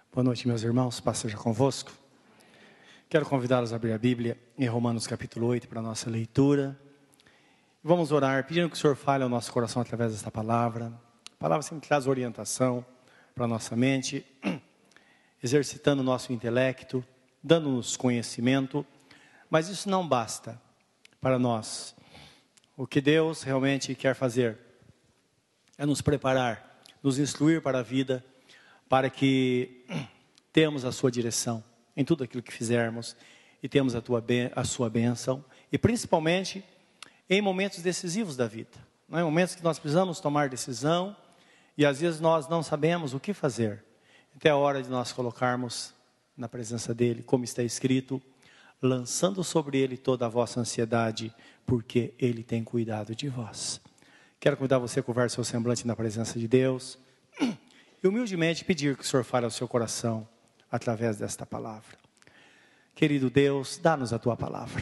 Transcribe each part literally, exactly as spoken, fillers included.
Boa noite, meus irmãos, paz seja convosco. Quero convidá-los a abrir a Bíblia em Romanos capítulo oito para a nossa leitura. Vamos orar, pedindo que o Senhor fale ao nosso coração através desta palavra. A palavra sempre traz orientação para a nossa mente, exercitando o nosso intelecto, dando-nos conhecimento, mas isso não basta para nós. O que Deus realmente quer fazer é nos preparar, nos instruir para a vida, para que temos a sua direção em tudo aquilo que fizermos e temos a, tua, a sua bênção, e principalmente em momentos decisivos da vida, não é? Momentos que nós precisamos tomar decisão e às vezes nós não sabemos o que fazer. Até a hora de nós colocarmos na presença dele, como está escrito, lançando sobre ele toda a vossa ansiedade, porque ele tem cuidado de vós. Quero convidar você a curvar seu semblante na presença de Deus e humildemente pedir que o Senhor fale ao seu coração através desta palavra. Querido Deus, dá-nos a tua palavra.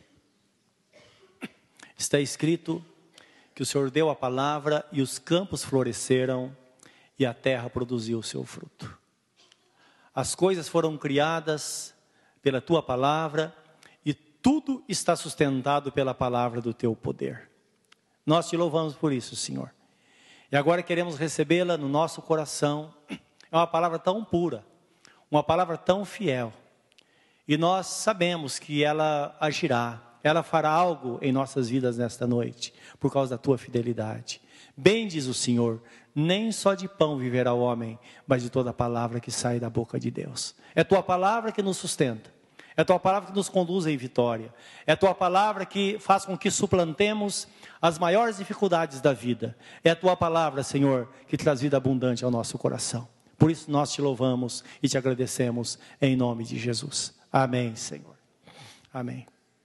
Está escrito que o Senhor deu a palavra e os campos floresceram e a terra produziu o seu fruto. As coisas foram criadas pela tua palavra e tudo está sustentado pela palavra do teu poder. Nós te louvamos por isso, Senhor. E agora queremos recebê-la no nosso coração. É uma palavra tão pura, uma palavra tão fiel. E nós sabemos que ela agirá, ela fará algo em nossas vidas nesta noite, por causa da tua fidelidade. Bem diz o Senhor, nem só de pão viverá o homem, mas de toda a palavra que sai da boca de Deus. É tua palavra que nos sustenta. É a tua palavra que nos conduz em vitória. É a tua palavra que faz com que suplantemos as maiores dificuldades da vida. É a tua palavra, Senhor, que traz vida abundante ao nosso coração. Por isso nós te louvamos e te agradecemos em nome de Jesus. Amém, Senhor. Amém.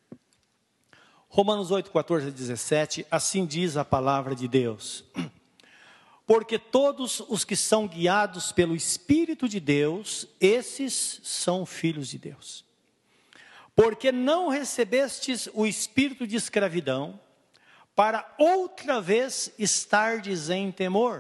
Romanos oito, quatorze a dezessete, assim diz a palavra de Deus. Porque todos os que são guiados pelo Espírito de Deus, esses são filhos de Deus. Porque não recebestes o espírito de escravidão, para outra vez estardes em temor,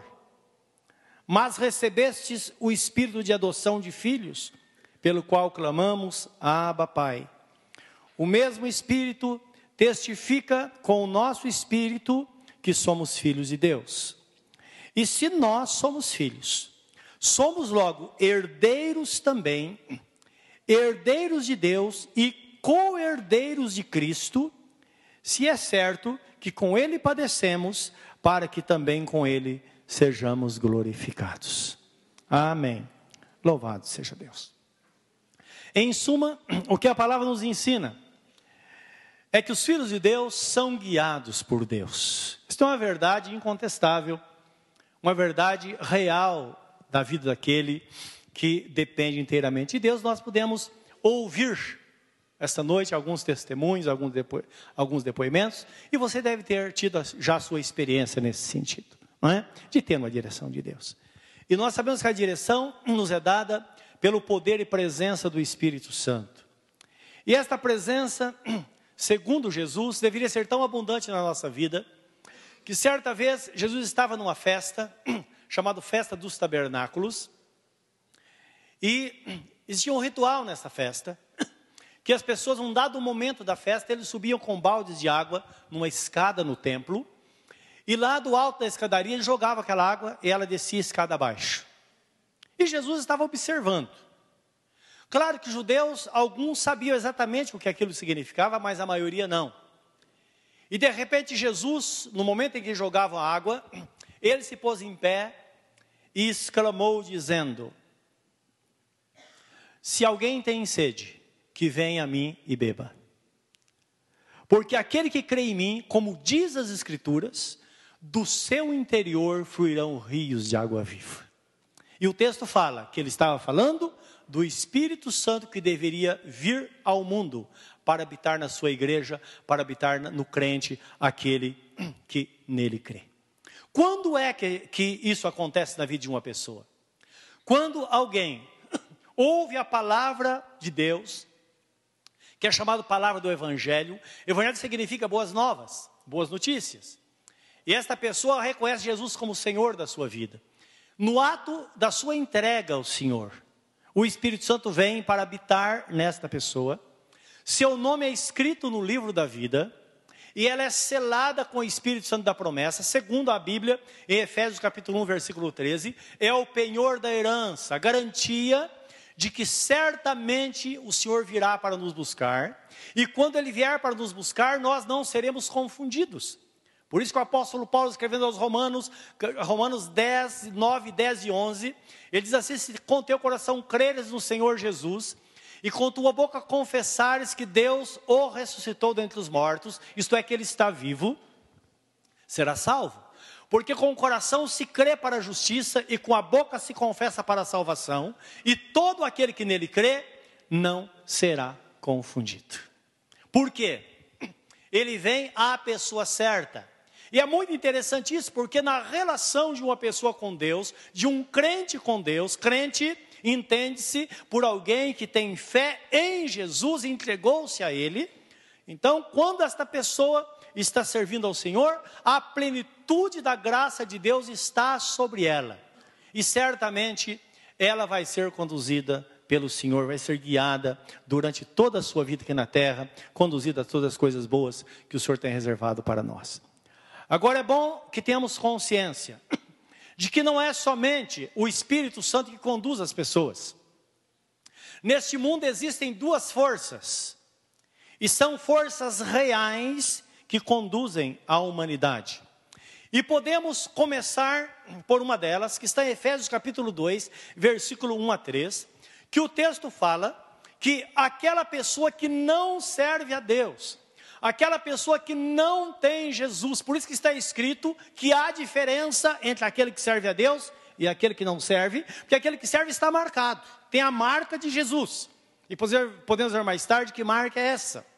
mas recebestes o espírito de adoção de filhos, pelo qual clamamos, Abba, Pai. O mesmo Espírito testifica com o nosso espírito que somos filhos de Deus. E se nós somos filhos, somos logo herdeiros também, herdeiros de Deus e co-herdeiros de Cristo, se é certo que com Ele padecemos, para que também com Ele sejamos glorificados. Amém. Louvado seja Deus. Em suma, o que a palavra nos ensina é que os filhos de Deus são guiados por Deus. Isso é uma verdade incontestável, uma verdade real da vida daquele que depende inteiramente de Deus. Nós podemos ouvir esta noite alguns testemunhos, alguns, depo... alguns depoimentos, e você deve ter tido já a sua experiência nesse sentido, não é? De ter uma direção de Deus. E nós sabemos que a direção nos é dada pelo poder e presença do Espírito Santo. E esta presença, segundo Jesus, deveria ser tão abundante na nossa vida, que certa vez Jesus estava numa festa, chamada Festa dos Tabernáculos, e existia um ritual nessa festa, que as pessoas, num dado momento da festa, eles subiam com baldes de água numa escada no templo, e lá do alto da escadaria ele jogava aquela água e ela descia a escada abaixo. E Jesus estava observando. Claro que judeus, alguns sabiam exatamente o que aquilo significava, mas a maioria não. E de repente Jesus, no momento em que jogava a água, ele se pôs em pé e exclamou dizendo: se alguém tem sede, que venha a mim e beba. Porque aquele que crê em mim, como diz as Escrituras, do seu interior fluirão rios de água viva. E o texto fala que ele estava falando do Espírito Santo que deveria vir ao mundo para habitar na sua igreja, para habitar no crente, aquele que nele crê. Quando é que, que isso acontece na vida de uma pessoa? Quando alguém ouve a palavra de Deus, que é chamado palavra do Evangelho. Evangelho significa boas novas, boas notícias. E esta pessoa reconhece Jesus como o Senhor da sua vida. No ato da sua entrega ao Senhor, o Espírito Santo vem para habitar nesta pessoa. Seu nome é escrito no livro da vida. E ela é selada com o Espírito Santo da promessa, segundo a Bíblia, em Efésios capítulo um, versículo treze, é o penhor da herança, a garantia de que certamente o Senhor virá para nos buscar, e quando Ele vier para nos buscar, nós não seremos confundidos. Por isso que o apóstolo Paulo, escrevendo aos Romanos, Romanos dez, nove, dez e onze, ele diz assim: se com teu coração creres no Senhor Jesus, e com tua boca confessares que Deus o ressuscitou dentre os mortos, isto é, que Ele está vivo, será salvo. Porque com o coração se crê para a justiça, e com a boca se confessa para a salvação, e todo aquele que nele crê, não será confundido. Por quê? Ele vem à pessoa certa. E é muito interessante isso, porque na relação de uma pessoa com Deus, de um crente com Deus, crente entende-se por alguém que tem fé em Jesus e entregou-se a Ele. Então, quando esta pessoa está servindo ao Senhor, a plenitude da graça de Deus está sobre ela. E certamente ela vai ser conduzida pelo Senhor, vai ser guiada durante toda a sua vida aqui na terra, conduzida a todas as coisas boas que o Senhor tem reservado para nós. Agora é bom que tenhamos consciência de que não é somente o Espírito Santo que conduz as pessoas. Neste mundo existem duas forças, e são forças reais que conduzem a humanidade. E podemos começar por uma delas, que está em Efésios capítulo dois, versículo um a três, que o texto fala que aquela pessoa que não serve a Deus, aquela pessoa que não tem Jesus, por isso que está escrito que há diferença entre aquele que serve a Deus e aquele que não serve, porque aquele que serve está marcado, tem a marca de Jesus. E podemos ver mais tarde que marca é essa.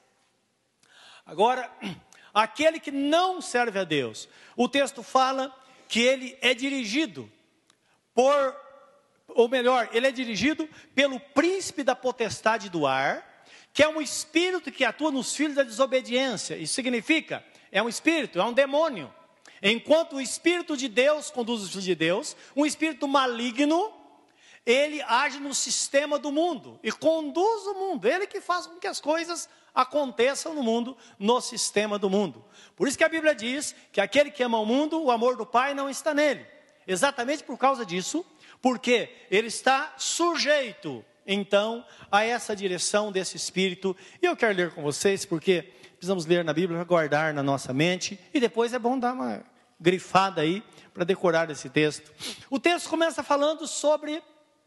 Agora, aquele que não serve a Deus, o texto fala que ele é dirigido por, ou melhor, ele é dirigido pelo príncipe da potestade do ar, que é um espírito que atua nos filhos da desobediência. Isso significa, é um espírito, é um demônio. Enquanto o Espírito de Deus conduz os filhos de Deus, um espírito maligno, ele age no sistema do mundo e conduz o mundo. Ele que faz com que as coisas aconteçam no mundo, no sistema do mundo. Por isso que a Bíblia diz que aquele que ama o mundo, o amor do Pai não está nele. Exatamente por causa disso, porque ele está sujeito, então, a essa direção desse Espírito. E eu quero ler com vocês, porque precisamos ler na Bíblia, guardar na nossa mente, e depois é bom dar uma grifada aí, para decorar esse texto. O texto começa falando sobre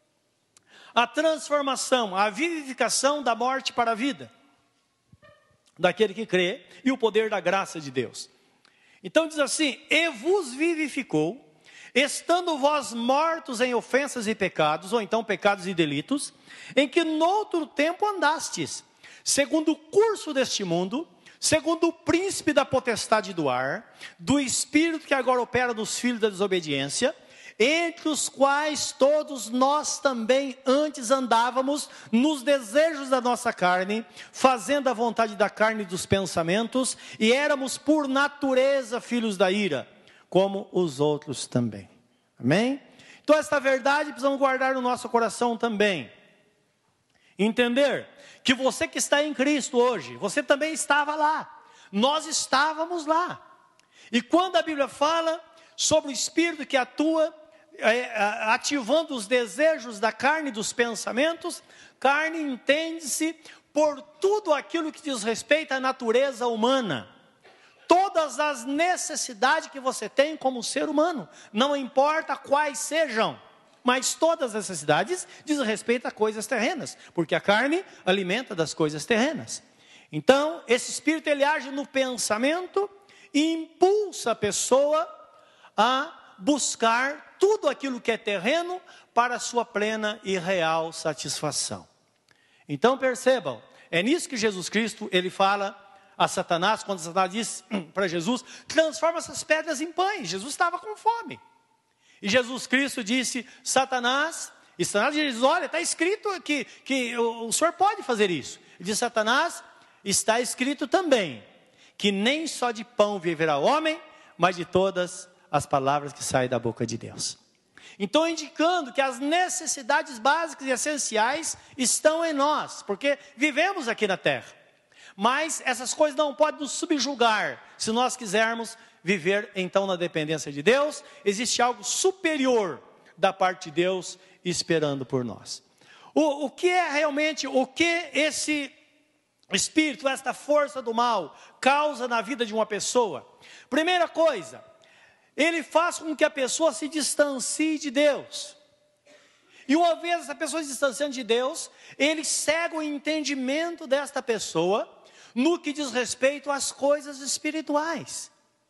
a transformação, a vivificação da morte para a vida, daquele que crê, e o poder da graça de Deus. Então diz assim: e vos vivificou, estando vós mortos em ofensas e pecados, ou então pecados e delitos, em que noutro tempo andastes, segundo o curso deste mundo, segundo o príncipe da potestade do ar, do espírito que agora opera nos filhos da desobediência, entre os quais todos nós também antes andávamos nos desejos da nossa carne, fazendo a vontade da carne e dos pensamentos, e éramos por natureza filhos da ira, como os outros também. Amém? Então esta verdade precisamos guardar no nosso coração também. Entender que você que está em Cristo hoje, você também estava lá. Nós estávamos lá. E quando a Bíblia fala sobre o Espírito que atua, é, ativando os desejos da carne e dos pensamentos, carne entende-se por tudo aquilo que diz respeito à natureza humana. Todas as necessidades que você tem como ser humano, não importa quais sejam, mas todas as necessidades dizem respeito a coisas terrenas, porque a carne alimenta das coisas terrenas. Então, esse Espírito ele age no pensamento e impulsa a pessoa a buscar tudo aquilo que é terreno para a sua plena e real satisfação. Então percebam, é nisso que Jesus Cristo ele fala a Satanás, quando Satanás diz para Jesus: transforma essas pedras em pães. Jesus estava com fome. E Jesus Cristo disse: Satanás, e Satanás diz: olha, está escrito que, que o, o senhor pode fazer isso. Ele diz: Satanás, está escrito também, que nem só de pão viverá o homem, mas de todas as palavras que saem da boca de Deus. Então, indicando que as necessidades básicas e essenciais estão em nós, porque vivemos aqui na terra. Mas essas coisas não podem nos subjugar, se nós quisermos viver então na dependência de Deus. Existe algo superior da parte de Deus esperando por nós. O, o que é realmente, o que esse espírito, esta força do mal, causa na vida de uma pessoa? Primeira coisa, ele faz com que a pessoa se distancie de Deus. E uma vez essa pessoa se distanciando de Deus, ele cega o entendimento desta pessoa no que diz respeito às coisas espirituais.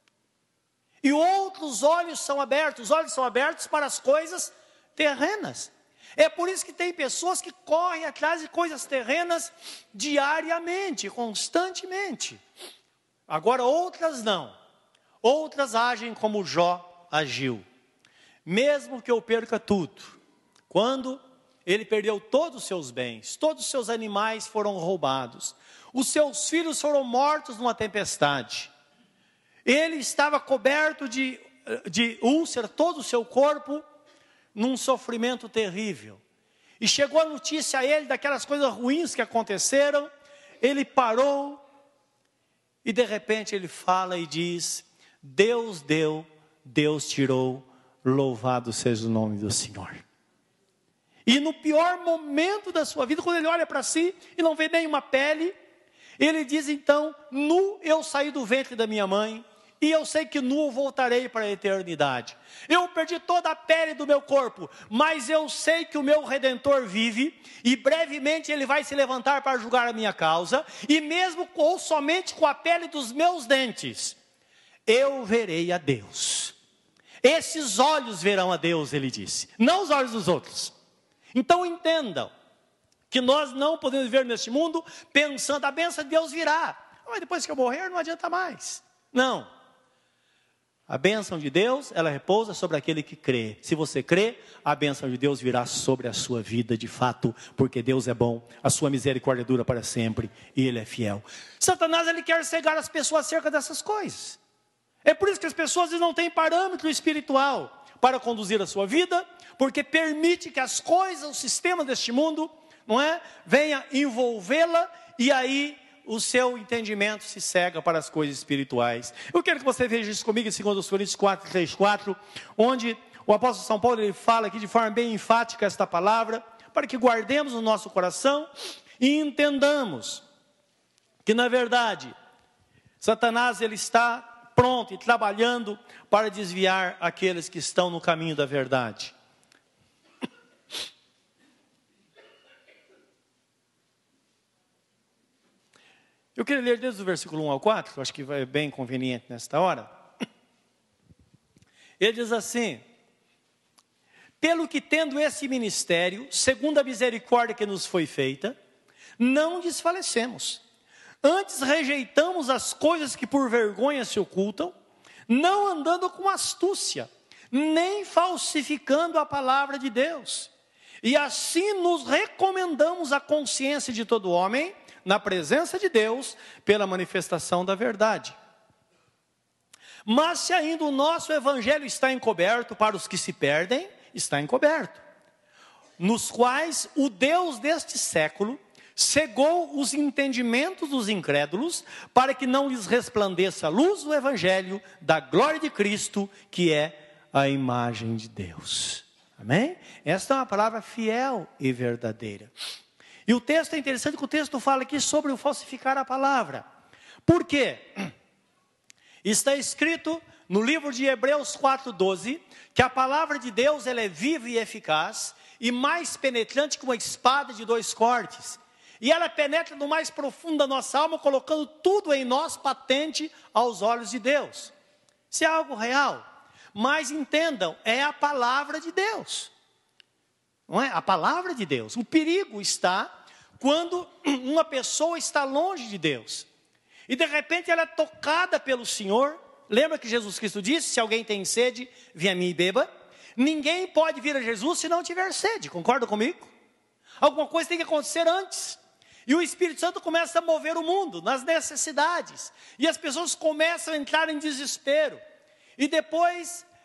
E outros olhos são abertos, os olhos são abertos para as coisas terrenas. É por isso que tem pessoas que correm atrás de coisas terrenas diariamente, constantemente. Agora outras não. Outras agem como Jó agiu. Mesmo que eu perca tudo, quando ele perdeu todos os seus bens, todos os seus animais foram roubados, os seus filhos foram mortos numa tempestade, ele estava coberto de, de úlcera, todo o seu corpo, num sofrimento terrível. E chegou a notícia a ele daquelas coisas ruins que aconteceram. Ele parou e de repente ele fala e diz: Deus deu, Deus tirou, louvado seja o nome do Senhor. E no pior momento da sua vida, quando ele olha para si e não vê nenhuma pele, ele diz então: nu eu saí do ventre da minha mãe, e eu sei que nu voltarei para a eternidade. Eu perdi toda a pele do meu corpo, mas eu sei que o meu Redentor vive, e brevemente ele vai se levantar para julgar a minha causa, e mesmo ou somente com a pele dos meus dentes, eu verei a Deus. Esses olhos verão a Deus, ele disse, não os olhos dos outros. Então entendam que nós não podemos viver neste mundo pensando: a bênção de Deus virá, mas depois que eu morrer não adianta mais. Não. A bênção de Deus, ela repousa sobre aquele que crê. Se você crê, a bênção de Deus virá sobre a sua vida de fato, porque Deus é bom, a sua misericórdia dura para sempre e Ele é fiel. Satanás, ele quer cegar as pessoas acerca dessas coisas. É por isso que as pessoas não têm parâmetro espiritual para conduzir a sua vida, porque permite que as coisas, o sistema deste mundo, não é, venha envolvê-la, e aí o seu entendimento se cega para as coisas espirituais. Eu quero que você veja isso comigo em dois Coríntios quatro, três, quatro, onde o apóstolo São Paulo ele fala aqui de forma bem enfática esta palavra, para que guardemos no nosso coração e entendamos que na verdade Satanás ele está pronto e trabalhando para desviar aqueles que estão no caminho da verdade. Eu queria ler desde o versículo um ao quatro, acho que vai bem conveniente nesta hora. Ele diz assim: pelo que tendo esse ministério, segundo a misericórdia que nos foi feita, não desfalecemos. Antes rejeitamos as coisas que por vergonha se ocultam, não andando com astúcia, nem falsificando a palavra de Deus. E assim nos recomendamos à consciência de todo homem, na presença de Deus, pela manifestação da verdade. Mas se ainda o nosso evangelho está encoberto para os que se perdem, está encoberto, nos quais o Deus deste século cegou os entendimentos dos incrédulos, para que não lhes resplandeça a luz do evangelho da glória de Cristo, que é a imagem de Deus. Amém? Esta é uma palavra fiel e verdadeira. E o texto é interessante, que o texto fala aqui sobre o falsificar a palavra. Por quê? Está escrito no livro de Hebreus quatro, doze, que a palavra de Deus ela é viva e eficaz, e mais penetrante que uma espada de dois cortes. E ela penetra no mais profundo da nossa alma, colocando tudo em nós patente aos olhos de Deus. Isso é algo real. Mas entendam, é a palavra de Deus. Não é? A palavra de Deus. O perigo está quando uma pessoa está longe de Deus. E de repente ela é tocada pelo Senhor. Lembra que Jesus Cristo disse: se alguém tem sede, venha a mim e beba. Ninguém pode vir a Jesus se não tiver sede. Concorda comigo? Alguma coisa tem que acontecer antes. E o Espírito Santo começa a mover o mundo nas necessidades. E as pessoas começam a entrar em desespero. E depois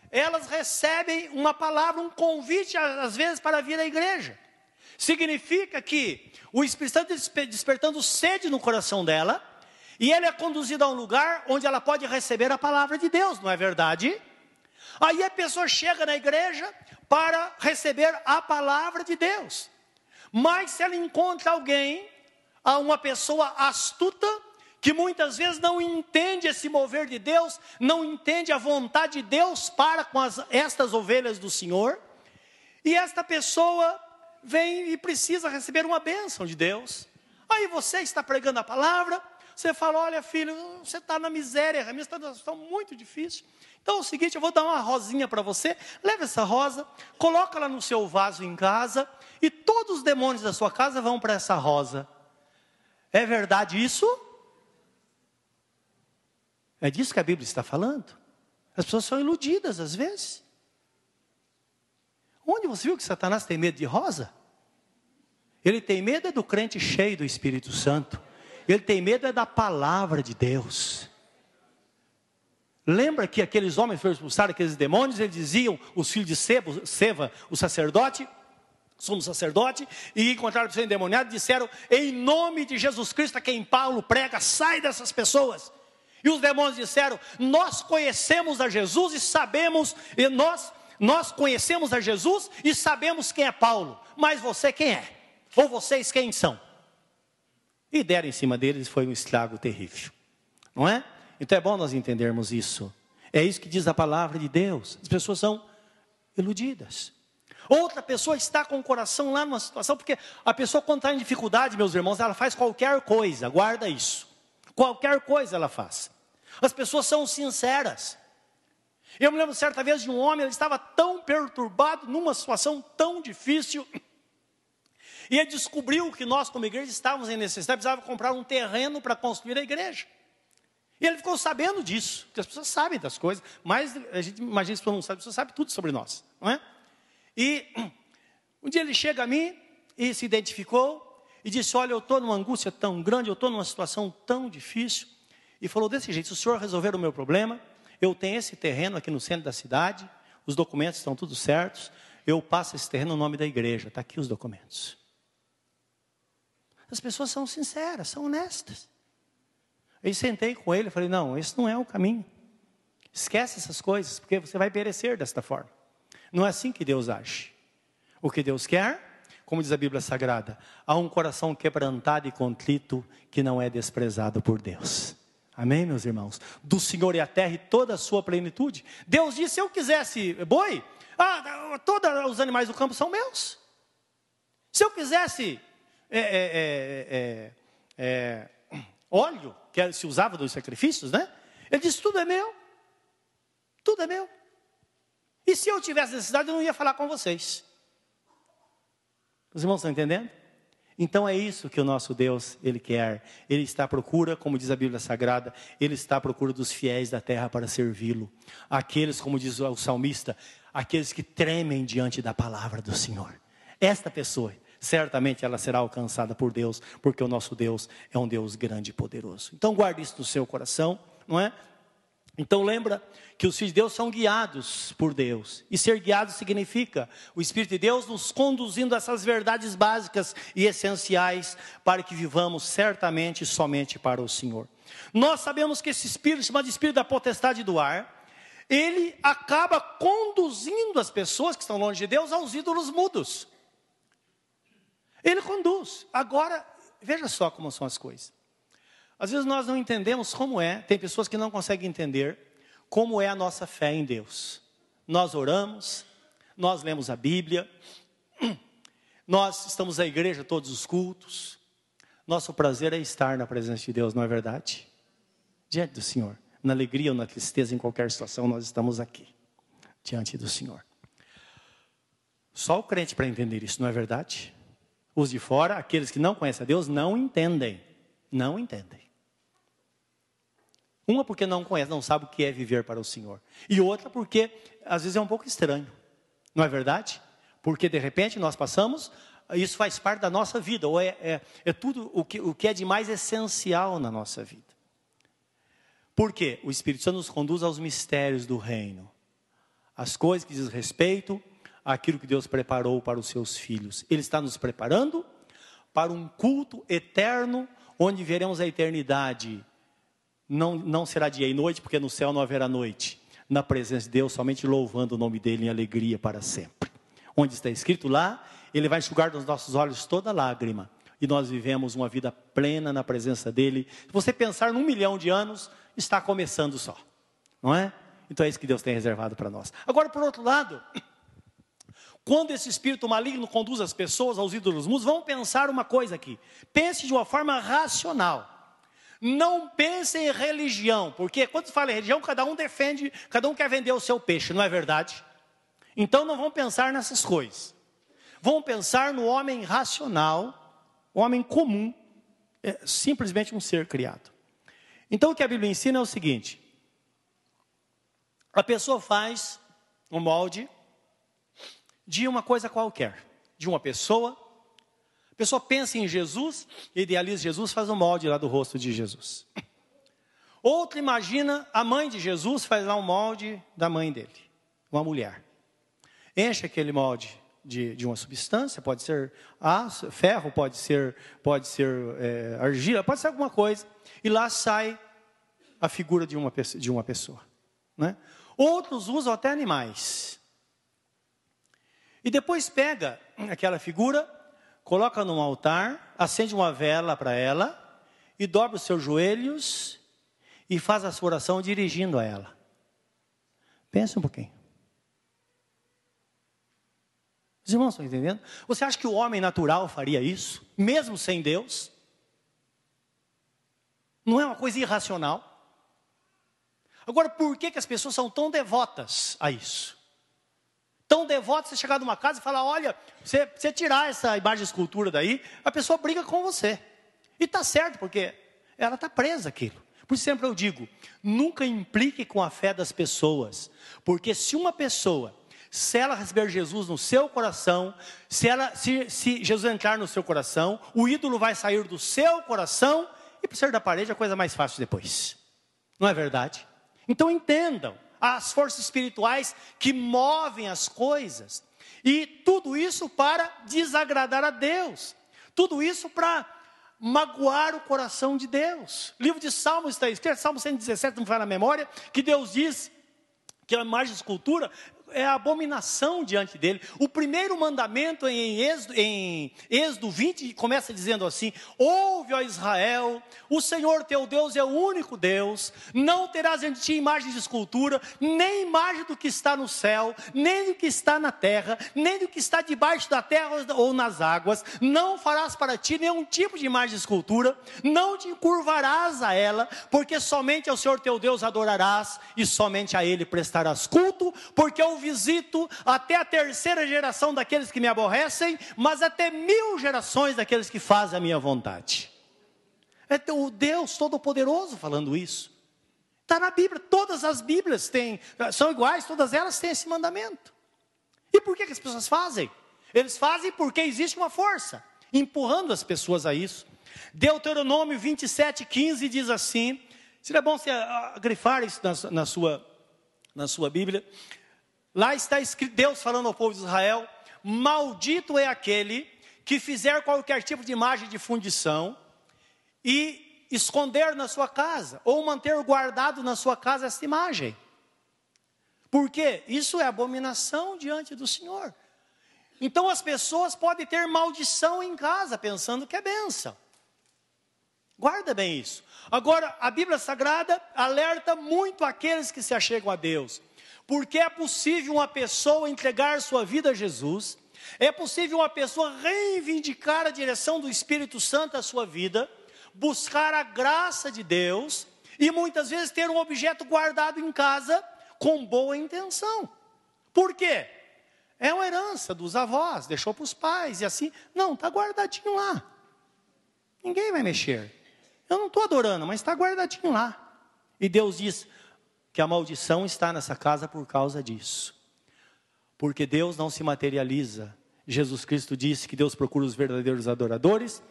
elas recebem uma palavra, um convite, às vezes, para vir à igreja. Significa que o Espírito Santo está despertando sede no coração dela, e ele é conduzido a um lugar onde ela pode receber a palavra de Deus, não é verdade? Aí a pessoa chega na igreja para receber a palavra de Deus. Mas se ela encontra alguém, uma pessoa astuta, que muitas vezes não entende esse mover de Deus, não entende a vontade de Deus para com as, estas ovelhas do Senhor, e esta pessoa vem e precisa receber uma bênção de Deus. Aí você está pregando a palavra, você fala, olha filho, você está na miséria, a minha situação está muito difícil. Então é o seguinte, eu vou dar uma rosinha para você, leva essa rosa, coloca ela no seu vaso em casa, e todos os demônios da sua casa vão para essa rosa. É verdade isso? É disso que a Bíblia está falando. As pessoas são iludidas às vezes. Onde você viu que Satanás tem medo de rosa? Ele tem medo é do crente cheio do Espírito Santo. Ele tem medo é da palavra de Deus. Lembra que aqueles homens foram expulsar aqueles demônios, eles diziam, os filhos de Seba, Seva, o sacerdote, sumo sacerdote, e encontraram o seu endemoniado, disseram, em nome de Jesus Cristo, a quem Paulo prega, sai dessas pessoas. E os demônios disseram, nós conhecemos a Jesus e sabemos, e nós, nós conhecemos a Jesus e sabemos quem é Paulo, mas você quem é? Ou vocês quem são? E deram em cima deles, foi um estrago terrível, não é? Então é bom nós entendermos isso. É isso que diz a palavra de Deus. As pessoas são iludidas. Outra pessoa está com o coração lá numa situação, porque a pessoa quando está em dificuldade, meus irmãos, ela faz qualquer coisa, guarda isso. Qualquer coisa ela faz. As pessoas são sinceras. Eu me lembro certa vez de um homem, ele estava tão perturbado, numa situação tão difícil, e ele descobriu que nós como igreja estávamos em necessidade, precisava comprar um terreno para construir a igreja. E ele ficou sabendo disso, porque as pessoas sabem das coisas, mas a gente imagina que as pessoas não sabem, as pessoas sabem tudo sobre nós, não é? E um dia ele chega a mim e se identificou e disse, olha, eu estou numa angústia tão grande, eu estou numa situação tão difícil. E falou desse jeito, se o senhor resolver o meu problema, eu tenho esse terreno aqui no centro da cidade, os documentos estão tudo certos, eu passo esse terreno no nome da igreja, está aqui os documentos. As pessoas são sinceras, são honestas. Aí sentei com ele e falei, não, esse não é o caminho. Esquece essas coisas, porque você vai perecer desta forma. Não é assim que Deus age. O que Deus quer, como diz a Bíblia Sagrada, há um coração quebrantado e contrito que não é desprezado por Deus. Amém, meus irmãos? Do Senhor é a terra e toda a sua plenitude. Deus disse, se eu quisesse boi, ah, todos os animais do campo são meus. Se eu quisesse é, é, é, é, é, óleo, que se usava dos sacrifícios, né? Ele disse, tudo é meu. Tudo é meu. E se eu tivesse necessidade, eu não ia falar com vocês. Os irmãos estão entendendo? Então é isso que o nosso Deus, Ele quer. Ele está à procura, como diz a Bíblia Sagrada, Ele está à procura dos fiéis da terra para servi-lo. Aqueles, como diz o salmista, aqueles que tremem diante da palavra do Senhor. Esta pessoa, certamente ela será alcançada por Deus, porque o nosso Deus é um Deus grande e poderoso. Então guarde isso no seu coração, não é? Então lembra que os filhos de Deus são guiados por Deus. E ser guiado significa o Espírito de Deus nos conduzindo a essas verdades básicas e essenciais para que vivamos certamente somente para o Senhor. Nós sabemos que esse Espírito, chamado Espírito da potestade do ar, ele acaba conduzindo as pessoas que estão longe de Deus aos ídolos mudos. Ele conduz. Agora, veja só como são as coisas. Às vezes nós não entendemos como é, tem pessoas que não conseguem entender como é a nossa fé em Deus. Nós oramos, nós lemos a Bíblia, nós estamos na igreja todos os cultos. Nosso prazer é estar na presença de Deus, não é verdade? Diante do Senhor, na alegria ou na tristeza, em qualquer situação, nós estamos aqui, diante do Senhor. Só o crente para entender isso, não é verdade? Os de fora, aqueles que não conhecem a Deus, não entendem, não entendem. Uma porque não conhece, não sabe o que é viver para o Senhor. E outra porque às vezes é um pouco estranho. Não é verdade? Porque de repente nós passamos, isso faz parte da nossa vida. Ou é, é, é tudo o que, o que é de mais essencial na nossa vida. Por quê? O Espírito Santo nos conduz aos mistérios do reino. as coisas que diz respeito àquilo que Deus preparou para os seus filhos. Ele está nos preparando para um culto eterno, onde veremos a eternidade. Não, não será dia e noite, porque no céu não haverá noite. Na presença de Deus, somente louvando o nome dele em alegria para sempre. Onde está escrito lá, ele vai enxugar dos nossos olhos toda lágrima. E nós vivemos uma vida plena na presença dele. Se você pensar num milhão de anos, está começando só. Não é? Então é isso que Deus tem reservado para nós. Agora, por outro lado, quando esse espírito maligno conduz as pessoas aos ídolos mudos, vamos pensar uma coisa aqui. Pense de uma forma racional. Não pense em religião, porque quando se fala em religião, cada um defende, cada um quer vender o seu peixe, não é verdade? Então não vamos pensar nessas coisas. Vamos pensar no homem racional, o homem comum, é simplesmente um ser criado. Então o que a Bíblia ensina é o seguinte: a pessoa faz um molde de uma coisa qualquer, de uma pessoa. A pessoa pensa em Jesus, idealiza Jesus, faz um molde lá do rosto de Jesus. Outro imagina a mãe de Jesus, faz lá um molde da mãe dele, uma mulher. Enche aquele molde de, de uma substância, pode ser aço, ferro, pode ser, pode ser é, argila, pode ser alguma coisa. E lá sai a figura de uma, de uma pessoa. Né? Outros usam até animais. E depois pega aquela figura, coloca num altar, acende uma vela para ela, e dobra os seus joelhos, e faz a sua oração dirigindo a ela. Pensa um pouquinho. Os irmãos estão entendendo? Você acha que o homem natural faria isso, mesmo sem Deus? Não é uma coisa irracional? Agora, por que, que as pessoas são tão devotas a isso? Tão devotas, você chegar numa casa e falar, olha, você, você tirar essa imagem de escultura daí, a pessoa briga com você. E está certo, porque ela está presa àquilo. Por isso sempre eu digo, nunca implique com a fé das pessoas. Porque se uma pessoa, se ela receber Jesus no seu coração, se, ela, se, se Jesus entrar no seu coração, o ídolo vai sair do seu coração, e por ser da parede é a coisa mais fácil depois. Não é verdade? Então entendam. As forças espirituais que movem as coisas, e tudo isso para desagradar a Deus, tudo isso para magoar o coração de Deus. O livro de Salmos está escrito, Salmo cento e dezessete, não me fala na memória, que Deus diz que a imagem de escultura é a abominação diante dele. O primeiro mandamento em Êxodo, em Êxodo vinte começa dizendo assim: ouve, ó Israel, o Senhor teu Deus é o único Deus, não terás ante ti imagem de escultura, nem imagem do que está no céu, nem do que está na terra, nem do que está debaixo da terra ou nas águas, não farás para ti nenhum tipo de imagem de escultura, não te curvarás a ela, porque somente ao Senhor teu Deus adorarás, e somente a Ele prestarás culto, porque eu visito até a terceira geração daqueles que me aborrecem, mas até mil gerações daqueles que fazem a minha vontade. É o Deus Todo-Poderoso falando isso. Está na Bíblia, todas as Bíblias têm, são iguais, todas elas têm esse mandamento. E por que, que as pessoas fazem? Eles fazem porque existe uma força empurrando as pessoas a isso. Deuteronômio vinte e sete, quinze diz assim, seria bom você grifar isso na, na, sua, na sua Bíblia. Lá está escrito, Deus falando ao povo de Israel: maldito é aquele que fizer qualquer tipo de imagem de fundição e esconder na sua casa, ou manter guardado na sua casa essa imagem. Por quê? Isso é abominação diante do Senhor. Então as pessoas podem ter maldição em casa, pensando que é bênção. Guarda bem isso. Agora, a Bíblia Sagrada alerta muito aqueles que se achegam a Deus. Porque é possível uma pessoa entregar sua vida a Jesus, é possível uma pessoa reivindicar a direção do Espírito Santo à sua vida, buscar a graça de Deus, e muitas vezes ter um objeto guardado em casa com boa intenção. Por quê? É uma herança dos avós, deixou para os pais, e assim, não, está guardadinho lá. Ninguém vai mexer. Eu não estou adorando, mas está guardadinho lá. E Deus diz que a maldição está nessa casa por causa disso. Porque Deus não se materializa. Jesus Cristo disse que Deus procura os verdadeiros adoradores,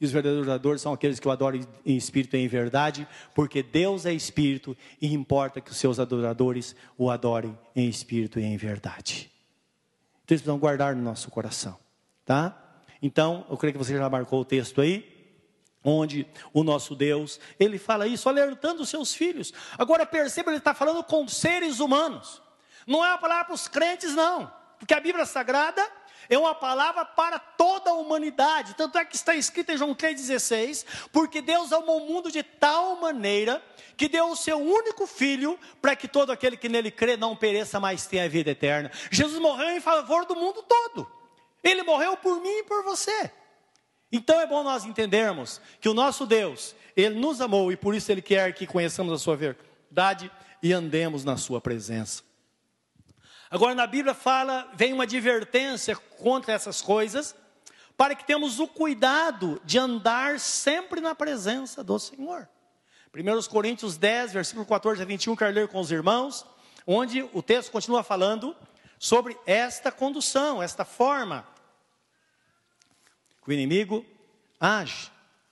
e os verdadeiros adoradores são aqueles que o adoram em espírito e em verdade, porque Deus é espírito e importa que os seus adoradores o adorem em espírito e em verdade. Então, eles precisam guardar no nosso coração, tá? Então, eu creio que você já marcou o texto aí, onde o nosso Deus, Ele fala isso, alertando os seus filhos. Agora perceba, Ele está falando com seres humanos. Não é uma palavra para os crentes, não. Porque a Bíblia Sagrada é uma palavra para toda a humanidade. Tanto é que está escrito em João três dezesseis, porque Deus amou o mundo de tal maneira, que deu o seu único filho, para que todo aquele que nele crê não pereça, mas tenha a vida eterna. Jesus morreu em favor do mundo todo. Ele morreu por mim e por você. Então é bom nós entendermos que o nosso Deus, Ele nos amou e por isso Ele quer que conheçamos a sua verdade e andemos na sua presença. Agora na Bíblia fala, vem uma advertência contra essas coisas, para que tenhamos o cuidado de andar sempre na presença do Senhor. primeira Coríntios dez, versículo quatorze a vinte e um, quero ler com os irmãos, onde o texto continua falando sobre esta condução, esta forma que o inimigo age.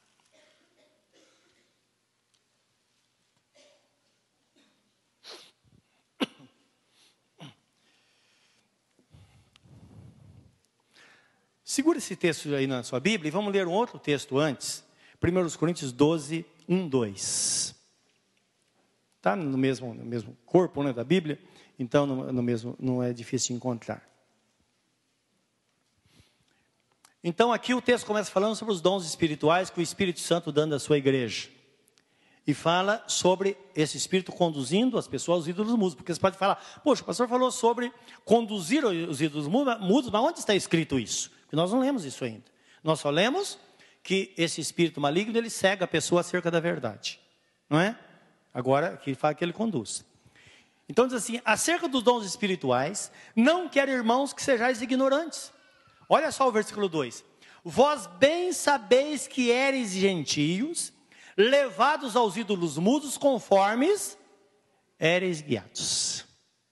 Segura esse texto aí na sua Bíblia e vamos ler um outro texto antes. primeira Coríntios doze, um, dois. Está no mesmo, no mesmo corpo, né, da Bíblia, então no, no mesmo, não é difícil de encontrar. Então aqui o texto começa falando sobre os dons espirituais que o Espírito Santo dando à sua igreja. E fala sobre esse Espírito conduzindo as pessoas aos ídolos mudos. Porque você pode falar, poxa, o pastor falou sobre conduzir os ídolos mudos, mas onde está escrito isso? Porque nós não lemos isso ainda. Nós só lemos que esse espírito maligno, ele cega a pessoa acerca da verdade. Não é? Agora, aqui fala que ele conduz. Então diz assim, acerca dos dons espirituais, não quero, irmãos, que sejais ignorantes. Olha só o versículo dois. Vós bem sabeis que eres gentios, levados aos ídolos mudos, conformes eres guiados.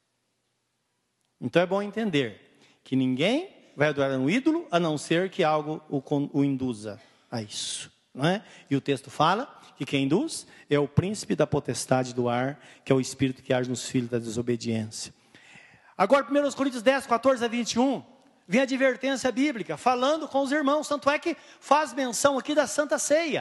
Então é bom entender que ninguém vai adorar um ídolo, a não ser que algo o, o induza a isso. Não é? E o texto fala que quem induz é o príncipe da potestade do ar, que é o espírito que age nos filhos da desobediência. Agora, primeira Coríntios dez, quatorze a vinte e um, vem a advertência bíblica, falando com os irmãos, tanto é que faz menção aqui da Santa Ceia.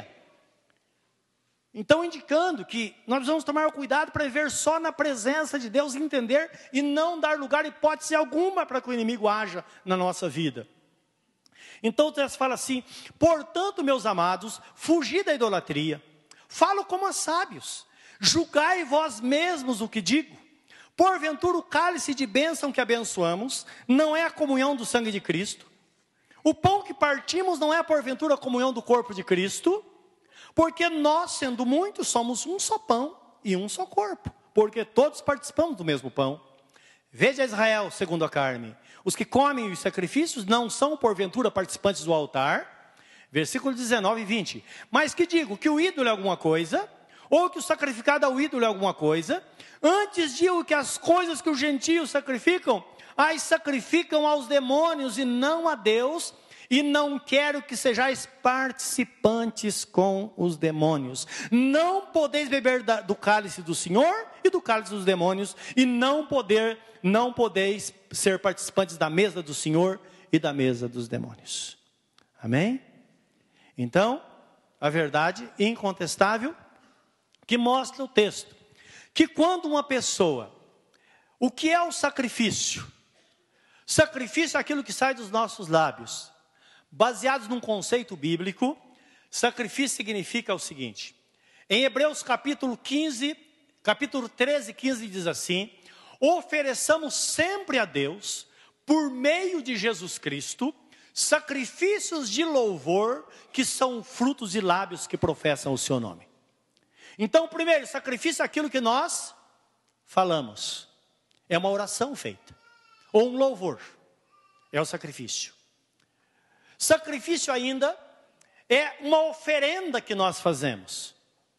Então, indicando que nós precisamos tomar cuidado para viver só na presença de Deus, entender e não dar lugar, hipótese alguma, para que o inimigo haja na nossa vida. Então o texto fala assim, portanto, meus amados, fugi da idolatria, falo como a sábios, julgai vós mesmos o que digo. Porventura o cálice de bênção que abençoamos não é a comunhão do sangue de Cristo? O pão que partimos não é porventura a comunhão do corpo de Cristo? Porque nós, sendo muitos, somos um só pão e um só corpo, porque todos participamos do mesmo pão. Veja Israel segundo a carne, os que comem os sacrifícios não são porventura participantes do altar? Versículo dezenove e vinte. Mas que digo, que o ídolo é alguma coisa, ou que o sacrificado ao ídolo é alguma coisa? Antes digo que as coisas que os gentios sacrificam, as sacrificam aos demônios e não a Deus, e não quero que sejais participantes com os demônios. Não podeis beber da, do cálice do Senhor e do cálice dos demônios, e não, poder, não podeis ser participantes da mesa do Senhor e da mesa dos demônios. Amém? Então, a verdade incontestável que mostra o texto, que quando uma pessoa, o que é o sacrifício? Sacrifício é aquilo que sai dos nossos lábios. Baseados num conceito bíblico, sacrifício significa o seguinte, em Hebreus capítulo quinze, capítulo treze, quinze diz assim, ofereçamos sempre a Deus, por meio de Jesus Cristo, sacrifícios de louvor, que são frutos de lábios que professam o seu nome. Então, primeiro, sacrifício é aquilo que nós falamos, é uma oração feita, ou um louvor, é o sacrifício. Sacrifício ainda é uma oferenda que nós fazemos.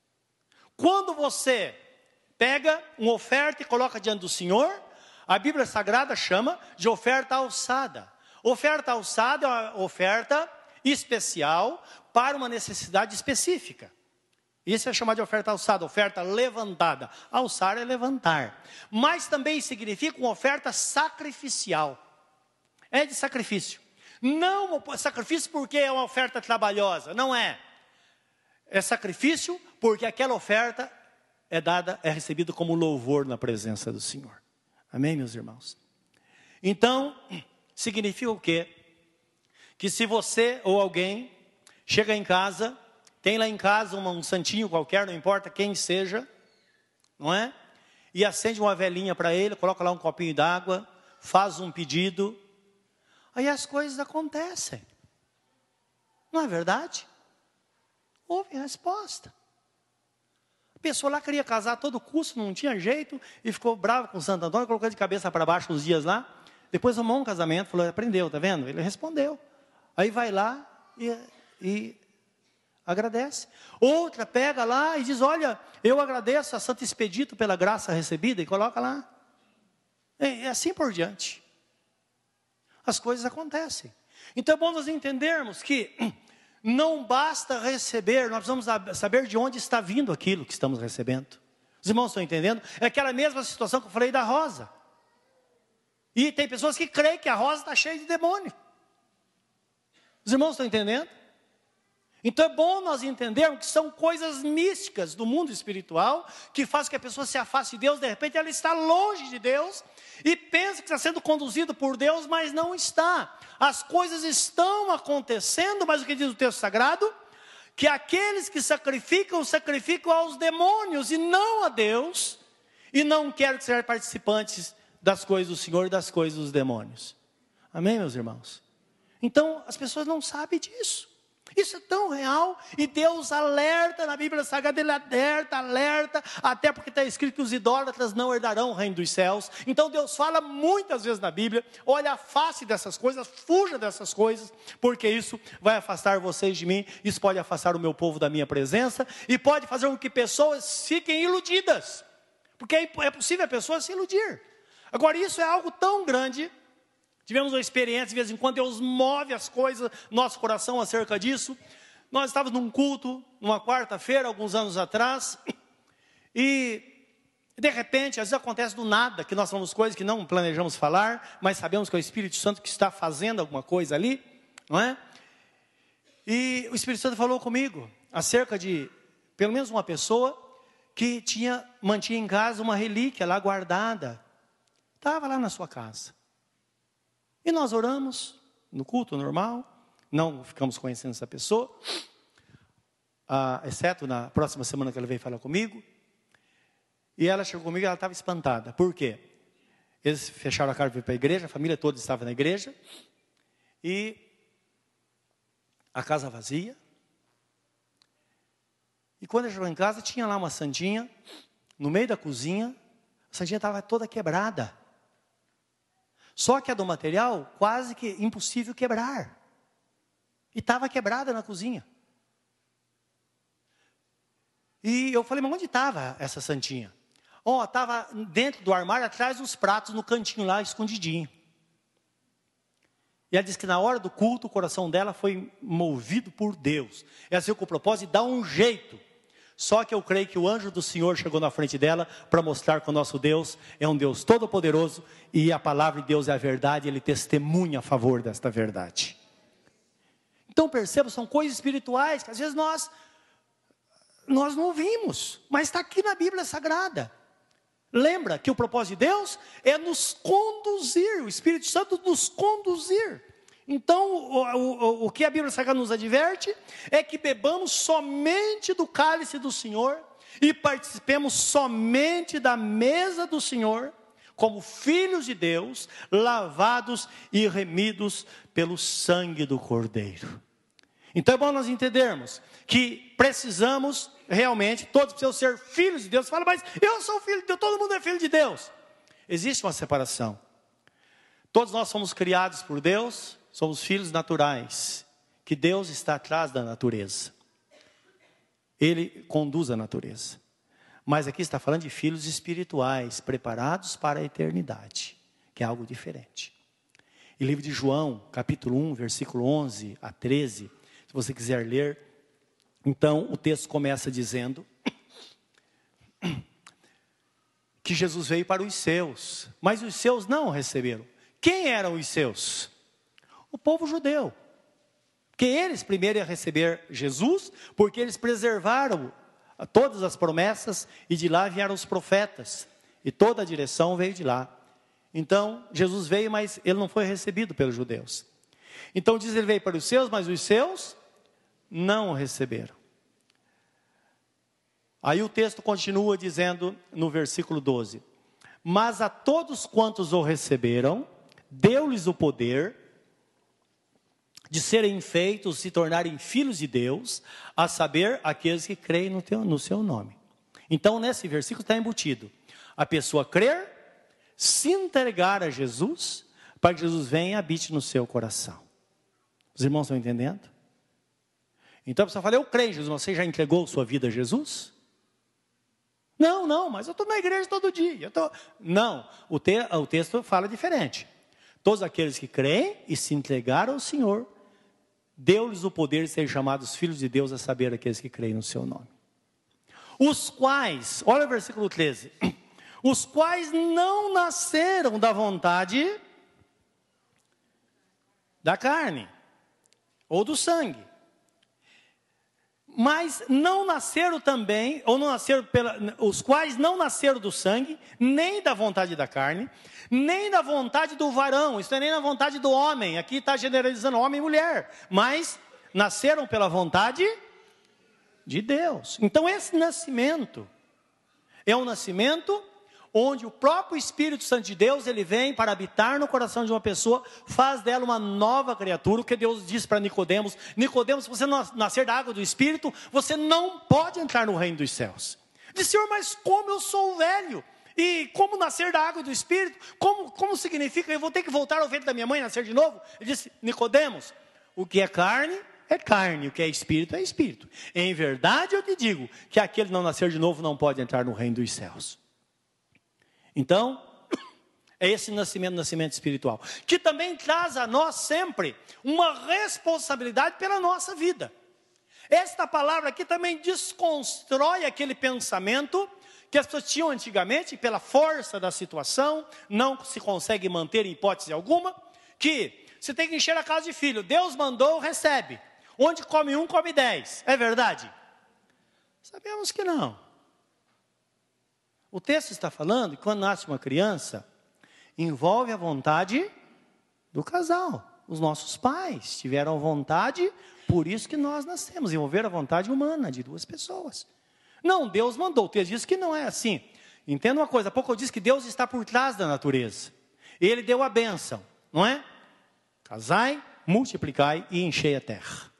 Quando você pega uma oferta e coloca diante do Senhor, a Bíblia Sagrada chama de oferta alçada. Oferta alçada é uma oferta especial para uma necessidade específica. Isso é chamado de oferta alçada, oferta levantada. Alçar é levantar. Mas também significa uma oferta sacrificial. É de sacrifício. Não sacrifício porque é uma oferta trabalhosa, não é. É sacrifício porque aquela oferta é dada, é recebida como louvor na presença do Senhor. Amém, meus irmãos? Então, significa o quê? Que se você ou alguém chega em casa, tem lá em casa um, um santinho qualquer, não importa quem seja, não é? E acende uma velinha para ele, coloca lá um copinho d'água, faz um pedido, aí as coisas acontecem. Não é verdade? Houve resposta. A pessoa lá queria casar a todo custo, não tinha jeito, e ficou bravo com Santo Antônio, colocou de cabeça para baixo uns dias lá, depois arrumou um casamento, falou, aprendeu, tá vendo? Ele respondeu. Aí vai lá e, e agradece. Outra pega lá e diz, olha, eu agradeço a Santo Expedito pela graça recebida, e coloca lá. É, é assim por diante. As coisas acontecem. Então é bom nós entendermos que não basta receber, nós precisamos saber de onde está vindo aquilo que estamos recebendo. Os irmãos estão entendendo? É aquela mesma situação que eu falei da rosa. E tem pessoas que creem que a rosa está cheia de demônio. Os irmãos estão entendendo? Então é bom nós entendermos que são coisas místicas do mundo espiritual, que faz que a pessoa se afaste de Deus, de repente ela está longe de Deus, e pensa que está sendo conduzido por Deus, mas não está. As coisas estão acontecendo, mas o que diz o texto sagrado? Que aqueles que sacrificam, sacrificam aos demônios, e não a Deus, e não querem que sejam participantes das coisas do Senhor e das coisas dos demônios. Amém, meus irmãos? Então, as pessoas não sabem disso. Isso é tão real, e Deus alerta na Bíblia Sagrada, Ele alerta, alerta, até porque está escrito que os idólatras não herdarão o reino dos céus. Então Deus fala muitas vezes na Bíblia, olha, afaste dessas coisas, fuja dessas coisas, porque isso vai afastar vocês de mim, isso pode afastar o meu povo da minha presença, e pode fazer com que pessoas fiquem iludidas, porque é possível a pessoa se iludir. Agora isso é algo tão grande. Tivemos uma experiência, de vez em quando Deus move as coisas, nosso coração acerca disso. Nós estávamos num culto, numa quarta-feira, alguns anos atrás, e de repente, às vezes acontece do nada, que nós falamos coisas que não planejamos falar, mas sabemos que é o Espírito Santo que está fazendo alguma coisa ali, não é? E o Espírito Santo falou comigo, acerca de, pelo menos uma pessoa, que tinha, mantinha em casa uma relíquia lá guardada, estava lá na sua casa. E nós oramos no culto normal, não ficamos conhecendo essa pessoa, ah, exceto na próxima semana que ela veio falar comigo. E ela chegou comigo e ela estava espantada. Por quê? Eles fecharam a casa para ir para a igreja, a família toda estava na igreja, e a casa vazia. E quando ela chegou em casa, tinha lá uma santinha, no meio da cozinha, a santinha estava toda quebrada. Só que a do material, quase que impossível quebrar. E estava quebrada na cozinha. E eu falei, mas onde estava essa santinha? Ó, oh, estava dentro do armário, atrás dos pratos, no cantinho lá, escondidinho. E ela disse que na hora do culto, o coração dela foi movido por Deus. Ela saiu com o propósito de dar um jeito. Só que eu creio que o anjo do Senhor chegou na frente dela para mostrar que o nosso Deus é um Deus todo-poderoso e a palavra de Deus é a verdade, Ele testemunha a favor desta verdade. Então perceba, são coisas espirituais que às vezes nós, nós não ouvimos, mas está aqui na Bíblia Sagrada. Lembra que o propósito de Deus é nos conduzir, o Espírito Santo nos conduzir. Então, o, o, o que a Bíblia Sagrada nos adverte é que bebamos somente do cálice do Senhor e participemos somente da mesa do Senhor, como filhos de Deus, lavados e remidos pelo sangue do Cordeiro. Então é bom nós entendermos que precisamos realmente, todos precisam ser filhos de Deus. Você fala, mas eu sou filho de Deus, todo mundo é filho de Deus. Existe uma separação. Todos nós somos criados por Deus. Somos filhos naturais, que Deus está atrás da natureza. Ele conduz a natureza. Mas aqui está falando de filhos espirituais, preparados para a eternidade, que é algo diferente. E livro de João, capítulo um, versículo onze a treze, se você quiser ler. Então, o texto começa dizendo que Jesus veio para os seus, mas os seus não o receberam. Quem eram os seus? O povo judeu. Porque eles primeiro iam receber Jesus, porque eles preservaram todas as promessas, e de lá vieram os profetas, e toda a direção veio de lá. Então, Jesus veio, mas ele não foi recebido pelos judeus. Então, diz ele veio para os seus, mas os seus não o receberam. Aí o texto continua dizendo no versículo doze: mas a todos quantos o receberam, deu-lhes o poder de serem feitos, se tornarem filhos de Deus, a saber, aqueles que creem no, teu, no seu nome. Então, nesse versículo está embutido a pessoa crer, se entregar a Jesus, para que Jesus venha e habite no seu coração. Os irmãos estão entendendo? Então a pessoa fala: eu creio em Jesus. Você já entregou sua vida a Jesus? Não, não, mas eu estou na igreja todo dia. Eu tô... Não, o, te... o texto fala diferente. Todos aqueles que creem e se entregaram ao Senhor, deu-lhes o poder de serem chamados filhos de Deus, a saber, aqueles que creem no seu nome. Os quais, olha o versículo treze, os quais não nasceram da vontade da carne, ou do sangue, mas não nasceram também, ou não nasceram pela, os quais não nasceram do sangue, nem da vontade da carne, nem da vontade do varão, isso não é nem na vontade do homem, aqui está generalizando homem e mulher, mas nasceram pela vontade de Deus. Então esse nascimento é um nascimento onde o próprio Espírito Santo de Deus, ele vem para habitar no coração de uma pessoa, faz dela uma nova criatura. O que Deus disse para Nicodemos: Nicodemos, se você não nascer da água do Espírito, você não pode entrar no reino dos céus. Disse: Senhor, mas como eu sou velho? E como nascer da água do Espírito? Como, como significa? Eu vou ter que voltar ao ventre da minha mãe e nascer de novo? Ele disse: Nicodemos, o que é carne é carne, o que é espírito é espírito. Em verdade eu te digo que aquele que não nascer de novo não pode entrar no reino dos céus. Então, é esse nascimento, nascimento espiritual, que também traz a nós sempre uma responsabilidade pela nossa vida. Esta palavra aqui também desconstrói aquele pensamento que as pessoas tinham antigamente, pela força da situação, não se consegue manter em hipótese alguma, que você tem que encher a casa de filho, Deus mandou, recebe. Onde come um, come dez. É verdade? Sabemos que não. O texto está falando que quando nasce uma criança, envolve a vontade do casal. Os nossos pais tiveram vontade, por isso que nós nascemos. Envolver a vontade humana de duas pessoas. Não, Deus mandou. O texto diz que não é assim. Entenda uma coisa, há pouco eu disse que Deus está por trás da natureza. Ele deu a bênção, não é? Casai, multiplicai e enchei a terra.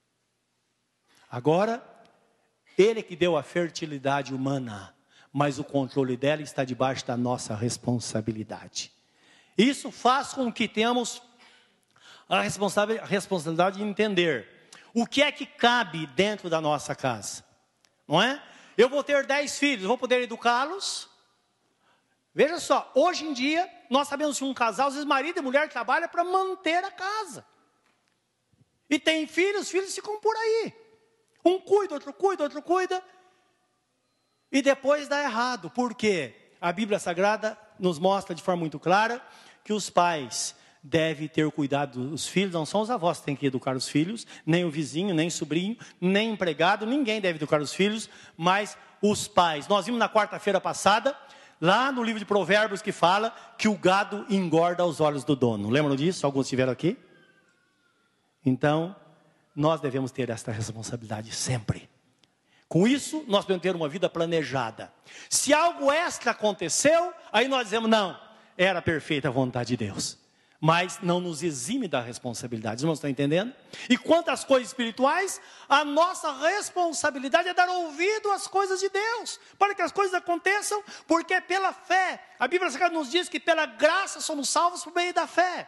Agora, Ele que deu a fertilidade humana, mas o controle dela está debaixo da nossa responsabilidade. Isso faz com que tenhamos a responsabilidade de entender o que é que cabe dentro da nossa casa, não é? Eu vou ter dez filhos, vou poder educá-los? Veja só, hoje em dia, nós sabemos que um casal, às vezes marido e mulher trabalham para manter a casa. E tem filhos, os filhos ficam por aí. Um cuida, outro cuida, outro cuida. E depois dá errado. Por quê? A Bíblia Sagrada nos mostra de forma muito clara que os pais devem ter cuidado dos filhos. Não são os avós que têm que educar os filhos, nem o vizinho, nem o sobrinho, nem empregado. Ninguém deve educar os filhos, mas os pais. Nós vimos na quarta-feira passada, lá no livro de Provérbios, que fala que o gado engorda aos olhos do dono. Lembram disso? Alguns estiveram aqui? Então, nós devemos ter esta responsabilidade sempre. Com isso, nós podemos ter uma vida planejada. Se algo extra aconteceu, aí nós dizemos: não, era a perfeita vontade de Deus. Mas não nos exime da responsabilidade. Os irmãos estão entendendo? E quanto às coisas espirituais, a nossa responsabilidade é dar ouvido às coisas de Deus, para que as coisas aconteçam, porque é pela fé. A Bíblia Sagrada nos diz que pela graça somos salvos por meio da fé.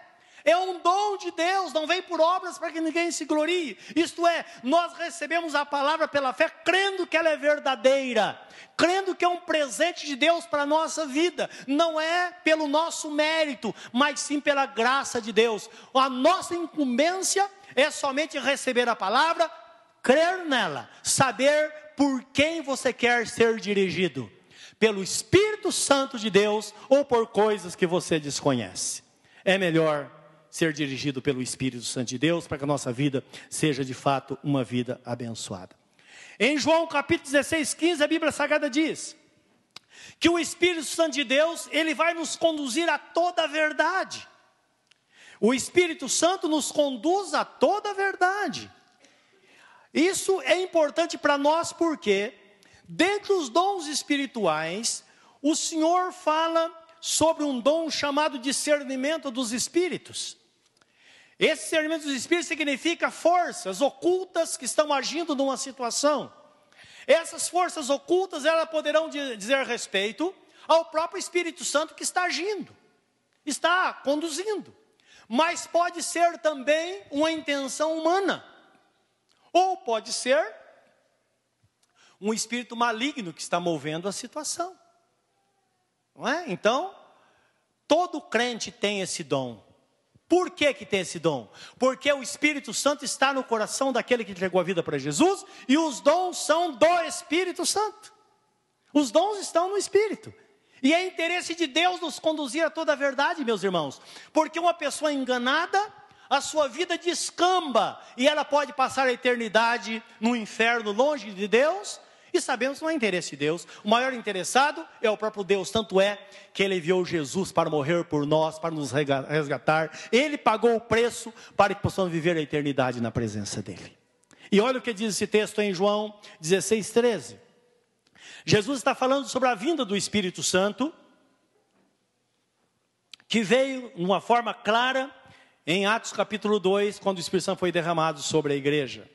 É um dom de Deus, não vem por obras para que ninguém se glorie. Isto é, nós recebemos a palavra pela fé, crendo que ela é verdadeira, crendo que é um presente de Deus para a nossa vida. Não é pelo nosso mérito, mas sim pela graça de Deus. A nossa incumbência é somente receber a palavra, crer nela, saber por quem você quer ser dirigido. Pelo Espírito Santo de Deus ou por coisas que você desconhece. É melhor ser dirigido pelo Espírito Santo de Deus, para que a nossa vida seja de fato uma vida abençoada. Em João capítulo dezesseis, quinze, a Bíblia Sagrada diz que o Espírito Santo de Deus, ele vai nos conduzir a toda a verdade. O Espírito Santo nos conduz a toda a verdade. Isso é importante para nós porque, dentre os dons espirituais, o Senhor fala sobre um dom chamado discernimento dos espíritos. Esse discernimento dos espíritos significa forças ocultas que estão agindo numa situação. Essas forças ocultas, elas poderão dizer respeito ao próprio Espírito Santo que está agindo, está conduzindo. Mas pode ser também uma intenção humana. Ou pode ser um espírito maligno que está movendo a situação. Não é? Então, todo crente tem esse dom. Por que que tem esse dom? Porque o Espírito Santo está no coração daquele que entregou a vida para Jesus, e os dons são do Espírito Santo. Os dons estão no Espírito. E é interesse de Deus nos conduzir a toda a verdade, meus irmãos. Porque uma pessoa enganada, a sua vida descamba, e ela pode passar a eternidade no inferno, longe de Deus. E sabemos que não é interesse de Deus. O maior interessado é o próprio Deus. Tanto é que Ele enviou Jesus para morrer por nós, para nos resgatar. Ele pagou o preço para que possamos viver a eternidade na presença dEle. E olha o que diz esse texto em João dezesseis, treze. Jesus está falando sobre a vinda do Espírito Santo, que veio de uma forma clara em Atos capítulo dois, quando o Espírito Santo foi derramado sobre a igreja.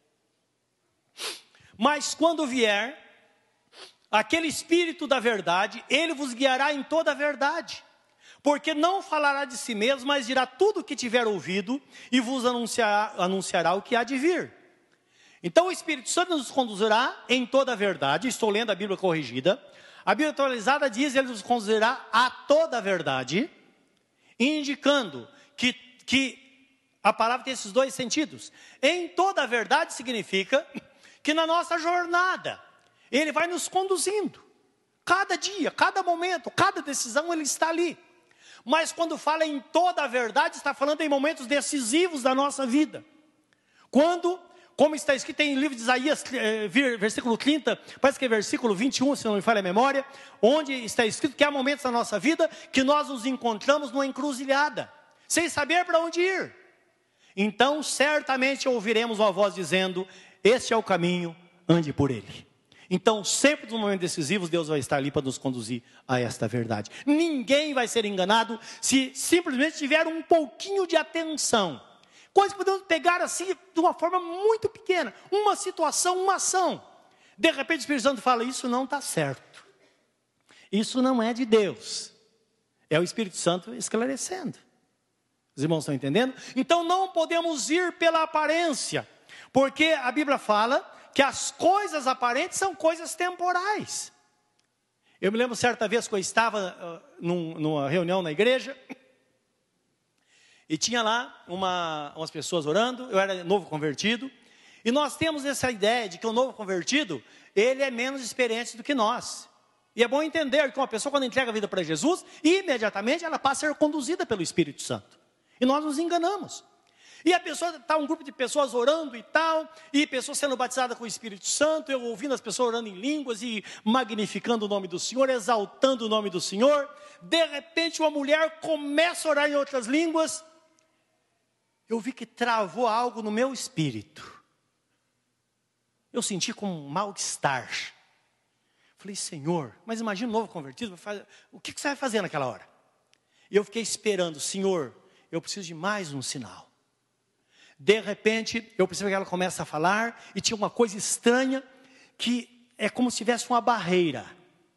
Mas quando vier aquele Espírito da verdade, ele vos guiará em toda a verdade, porque não falará de si mesmo, mas dirá tudo o que tiver ouvido e vos anunciará, anunciará o que há de vir. Então o Espírito Santo nos conduzirá em toda a verdade. Estou lendo a Bíblia corrigida. A Bíblia atualizada diz: ele nos conduzirá a toda a verdade, indicando que, que a palavra tem esses dois sentidos. Em toda a verdade significa que na nossa jornada, Ele vai nos conduzindo. Cada dia, cada momento, cada decisão, Ele está ali. Mas quando fala em toda a verdade, está falando em momentos decisivos da nossa vida. Quando, como está escrito em livro de Isaías, versículo trinta, parece que é versículo vinte e um, se não me falha a memória, onde está escrito que há momentos da nossa vida que nós nos encontramos numa encruzilhada, sem saber para onde ir. Então, certamente ouviremos uma voz dizendo: este é o caminho, ande por ele. Então, sempre nos momentos decisivos, Deus vai estar ali para nos conduzir a esta verdade. Ninguém vai ser enganado se simplesmente tiver um pouquinho de atenção. Coisas que podemos pegar assim, de uma forma muito pequena. Uma situação, uma ação. De repente o Espírito Santo fala: isso não está certo. Isso não é de Deus. É o Espírito Santo esclarecendo. Os irmãos estão entendendo? Então não podemos ir pela aparência. Porque a Bíblia fala que as coisas aparentes são coisas temporais. Eu me lembro certa vez que eu estava uh, num, numa reunião na igreja, e tinha lá uma, umas pessoas orando. Eu era novo convertido, e nós temos essa ideia de que o novo convertido, ele é menos experiente do que nós. E é bom entender que uma pessoa, quando entrega a vida para Jesus, imediatamente ela passa a ser conduzida pelo Espírito Santo. E nós nos enganamos. E a pessoa, está um grupo de pessoas orando e tal, e pessoas sendo batizadas com o Espírito Santo, eu ouvindo as pessoas orando em línguas e magnificando o nome do Senhor, exaltando o nome do Senhor. De repente uma mulher começa a orar em outras línguas. Eu vi que travou algo no meu espírito. Eu senti como um mal-estar. Falei: Senhor, mas imagina um novo convertido, o que você vai fazer naquela hora? E eu fiquei esperando: Senhor, eu preciso de mais um sinal. De repente, eu percebi que ela começa a falar, e tinha uma coisa estranha, que é como se tivesse uma barreira.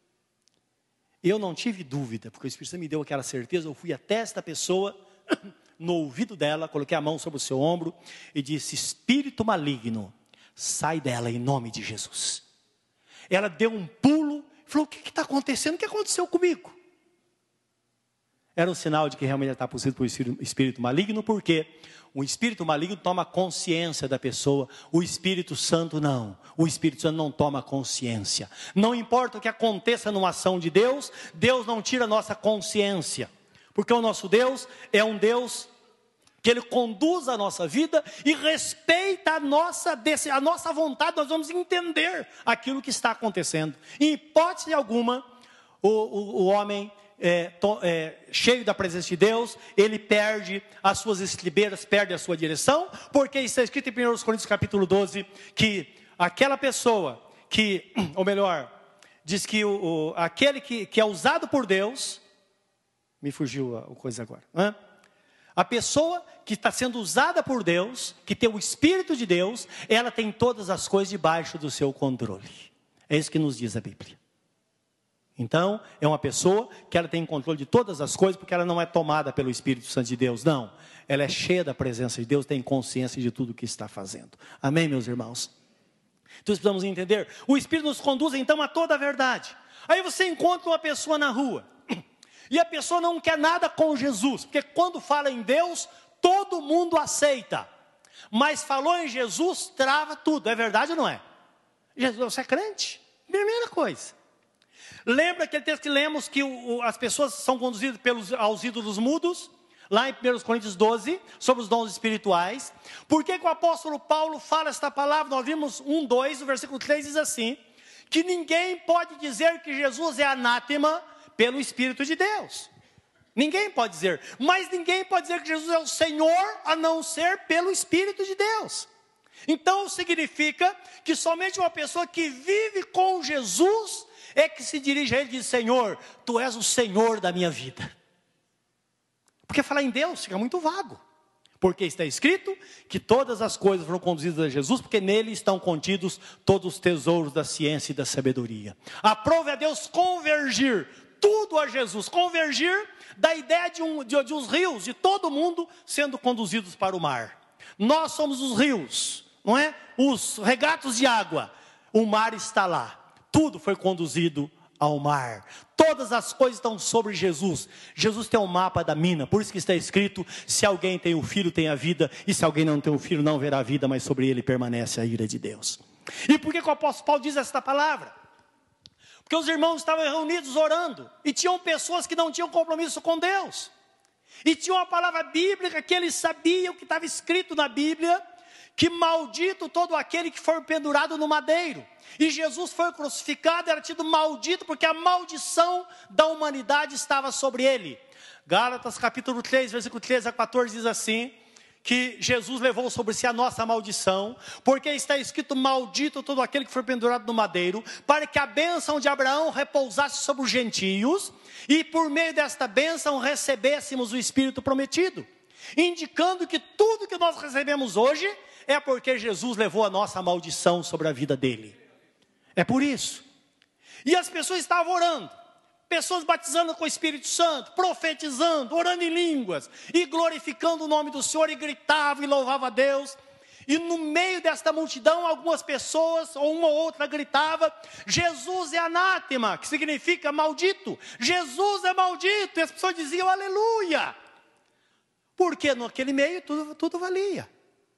Eu não tive dúvida, porque o Espírito Santo me deu aquela certeza. Eu fui até esta pessoa, no ouvido dela, coloquei a mão sobre o seu ombro e disse: espírito maligno, sai dela em nome de Jesus. Ela deu um pulo, falou: o que está acontecendo? O que aconteceu comigo? Era um sinal de que realmente ela está possuída por um espírito maligno, porque o espírito maligno toma consciência da pessoa, o Espírito Santo não. O Espírito Santo não toma consciência. Não importa o que aconteça numa ação de Deus, Deus não tira a nossa consciência. Porque o nosso Deus é um Deus que Ele conduz a nossa vida e respeita a nossa, a nossa vontade. Nós vamos entender aquilo que está acontecendo. Em hipótese alguma, o, o, o homem... É, to, é, cheio da presença de Deus, ele perde as suas estribeiras, perde a sua direção, porque está escrito em primeira Coríntios capítulo doze, que aquela pessoa que, ou melhor, diz que o, o, aquele que, que é usado por Deus, me fugiu a, a coisa agora, hein? A pessoa que está sendo usada por Deus, que tem o Espírito de Deus, ela tem todas as coisas debaixo do seu controle. É isso que nos diz a Bíblia. Então, é uma pessoa que ela tem controle de todas as coisas, porque ela não é tomada pelo Espírito Santo de Deus, não. Ela é cheia da presença de Deus, tem consciência de tudo o que está fazendo. Amém, meus irmãos? Então, precisamos entender. O Espírito nos conduz, então, a toda a verdade. Aí você encontra uma pessoa na rua, e a pessoa não quer nada com Jesus, porque quando fala em Deus, todo mundo aceita. Mas falou em Jesus, trava tudo. É verdade ou não é? Jesus, você é crente? Primeira coisa. Lembra aquele texto que lemos que o, o, as pessoas são conduzidas pelos, aos ídolos mudos? Lá em primeira Coríntios doze, sobre os dons espirituais. Por que que o apóstolo Paulo fala esta palavra? Nós vimos um, dois, o versículo três diz assim: que ninguém pode dizer que Jesus é anátema pelo Espírito de Deus. Ninguém pode dizer. Mas ninguém pode dizer que Jesus é o Senhor, a não ser pelo Espírito de Deus. Então significa que somente uma pessoa que vive com Jesus é que se dirige a Ele e diz: Senhor, Tu és o Senhor da minha vida. Porque falar em Deus fica muito vago. Porque está escrito que todas as coisas foram conduzidas a Jesus, porque nele estão contidos todos os tesouros da ciência e da sabedoria. Aprove a Deus convergir tudo a Jesus. Convergir da ideia de, um, de, de uns rios, de todo mundo sendo conduzidos para o mar. Nós somos os rios, não é? Os regatos de água. O mar está lá. Tudo foi conduzido ao mar. Todas as coisas estão sobre Jesus. Jesus tem um mapa da mina. Por isso que está escrito: se alguém tem o filho, tem a vida. E se alguém não tem o filho, não verá a vida, mas sobre ele permanece a ira de Deus. E por que que o apóstolo Paulo diz esta palavra? Porque os irmãos estavam reunidos orando. E tinham pessoas que não tinham compromisso com Deus. E tinha uma palavra bíblica que eles sabiam que estava escrito na Bíblia: que maldito todo aquele que for pendurado no madeiro. E Jesus foi crucificado, era tido maldito, porque a maldição da humanidade estava sobre ele. Gálatas capítulo três, versículo treze a quatorze diz assim: que Jesus levou sobre si a nossa maldição, porque está escrito: maldito todo aquele que for pendurado no madeiro, para que a bênção de Abraão repousasse sobre os gentios, e por meio desta bênção recebêssemos o Espírito prometido. Indicando que tudo que nós recebemos hoje é porque Jesus levou a nossa maldição sobre a vida dele. É por isso. E as pessoas estavam orando. Pessoas batizando com o Espírito Santo, profetizando, orando em línguas, e glorificando o nome do Senhor, e gritavam e louvavam a Deus. E no meio desta multidão, algumas pessoas, ou uma ou outra, gritava: Jesus é anátema, que significa maldito. Jesus é maldito. E as pessoas diziam: aleluia. Porque naquele meio tudo, tudo valia.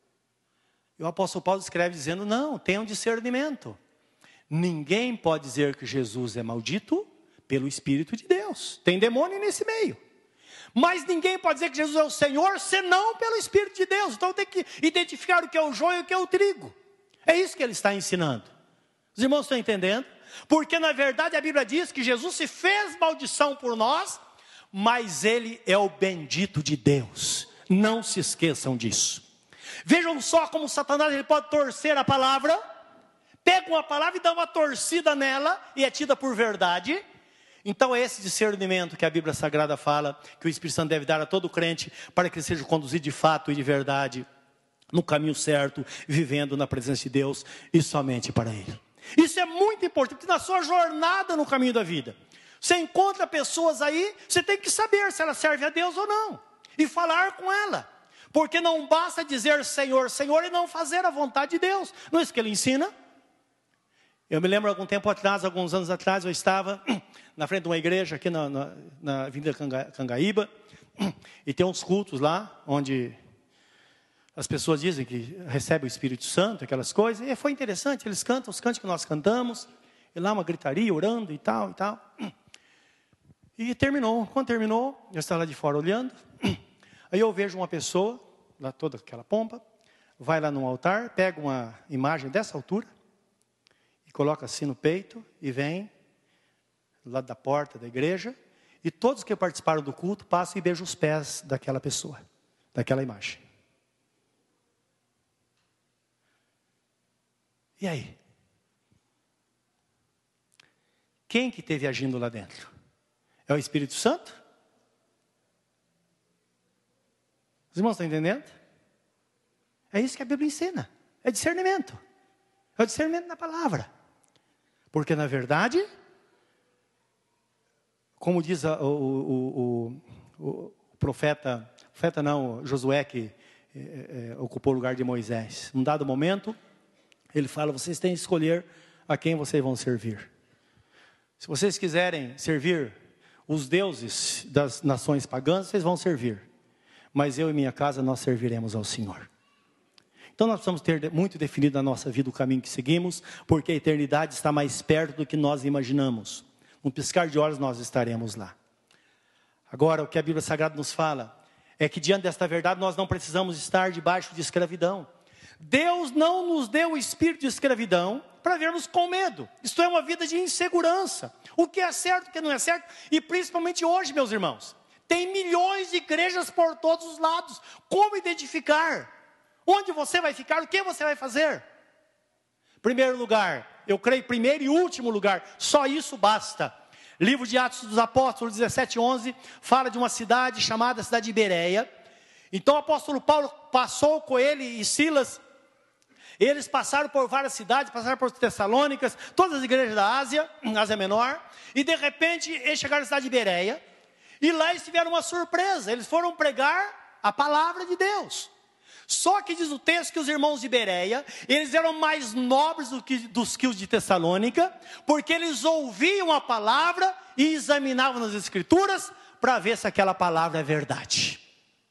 E o apóstolo Paulo escreve dizendo: não, tenham discernimento. Ninguém pode dizer que Jesus é maldito pelo Espírito de Deus. Tem demônio nesse meio. Mas ninguém pode dizer que Jesus é o Senhor senão pelo Espírito de Deus. Então tem que identificar o que é o joio e o que é o trigo. É isso que ele está ensinando. Os irmãos estão entendendo? Porque na verdade a Bíblia diz que Jesus se fez maldição por nós, mas ele é o bendito de Deus. Não se esqueçam disso. Vejam só como Satanás ele pode torcer a palavra. Pega uma palavra e dá uma torcida nela, e é tida por verdade. Então é esse discernimento que a Bíblia Sagrada fala, que o Espírito Santo deve dar a todo crente, para que ele seja conduzido de fato e de verdade, no caminho certo, vivendo na presença de Deus, e somente para Ele. Isso é muito importante, porque na sua jornada no caminho da vida, você encontra pessoas aí, você tem que saber se ela serve a Deus ou não. e falar com ela. Porque não basta dizer Senhor, Senhor e não fazer a vontade de Deus. Não é isso que ele ensina? Eu me lembro algum tempo atrás, alguns anos atrás, eu estava na frente de uma igreja aqui na, na, na Avenida Cangaíba. E tem uns cultos lá, onde as pessoas dizem que recebem o Espírito Santo, aquelas coisas. E foi interessante, eles cantam os cantos que nós cantamos. E lá uma gritaria, orando e tal, e tal. E terminou. Quando terminou, eu estava lá de fora olhando. Aí eu vejo uma pessoa, lá toda aquela pompa, vai lá num altar, pega uma imagem dessa altura, e coloca assim no peito, e vem do lado da porta da igreja, e todos que participaram do culto passam e beijam os pés daquela pessoa, daquela imagem. E aí? Quem que esteve agindo lá dentro? É o Espírito Santo? Os irmãos estão entendendo? É isso que a Bíblia ensina. É discernimento. É o discernimento da palavra. Porque na verdade, como diz a, o, o, o, o profeta, profeta não, Josué, que é, é, ocupou o lugar de Moisés. Num dado momento, ele fala, vocês têm que escolher a quem vocês vão servir. Se vocês quiserem servir os deuses das nações pagãs, vocês vão servir. Mas eu e minha casa, nós serviremos ao Senhor. Então nós precisamos ter muito definido na nossa vida o caminho que seguimos, porque a eternidade está mais perto do que nós imaginamos. Num piscar de olhos nós estaremos lá. Agora, o que a Bíblia Sagrada nos fala, é que diante desta verdade nós não precisamos estar debaixo de escravidão. Deus não nos deu o espírito de escravidão para vermos com medo. Isto é uma vida de insegurança. O que é certo, o que não é certo. E principalmente hoje, meus irmãos, tem milhões de igrejas por todos os lados. Como identificar? Onde você vai ficar? O que você vai fazer? Primeiro lugar, eu creio, primeiro e último lugar, só isso basta. Livro de Atos dos Apóstolos, dezessete, onze, fala de uma cidade chamada cidade de Bereia. Então o apóstolo Paulo passou com ele e Silas. Eles passaram por várias cidades, passaram por Tessalônicas, todas as igrejas da Ásia, Ásia Menor. E de repente eles chegaram à cidade de Bereia. E lá eles tiveram uma surpresa, eles foram pregar a palavra de Deus. Só que diz o texto que os irmãos de Bereia, eles eram mais nobres do que, dos que os de Tessalônica, porque eles ouviam a palavra e examinavam nas escrituras, para ver se aquela palavra é verdade.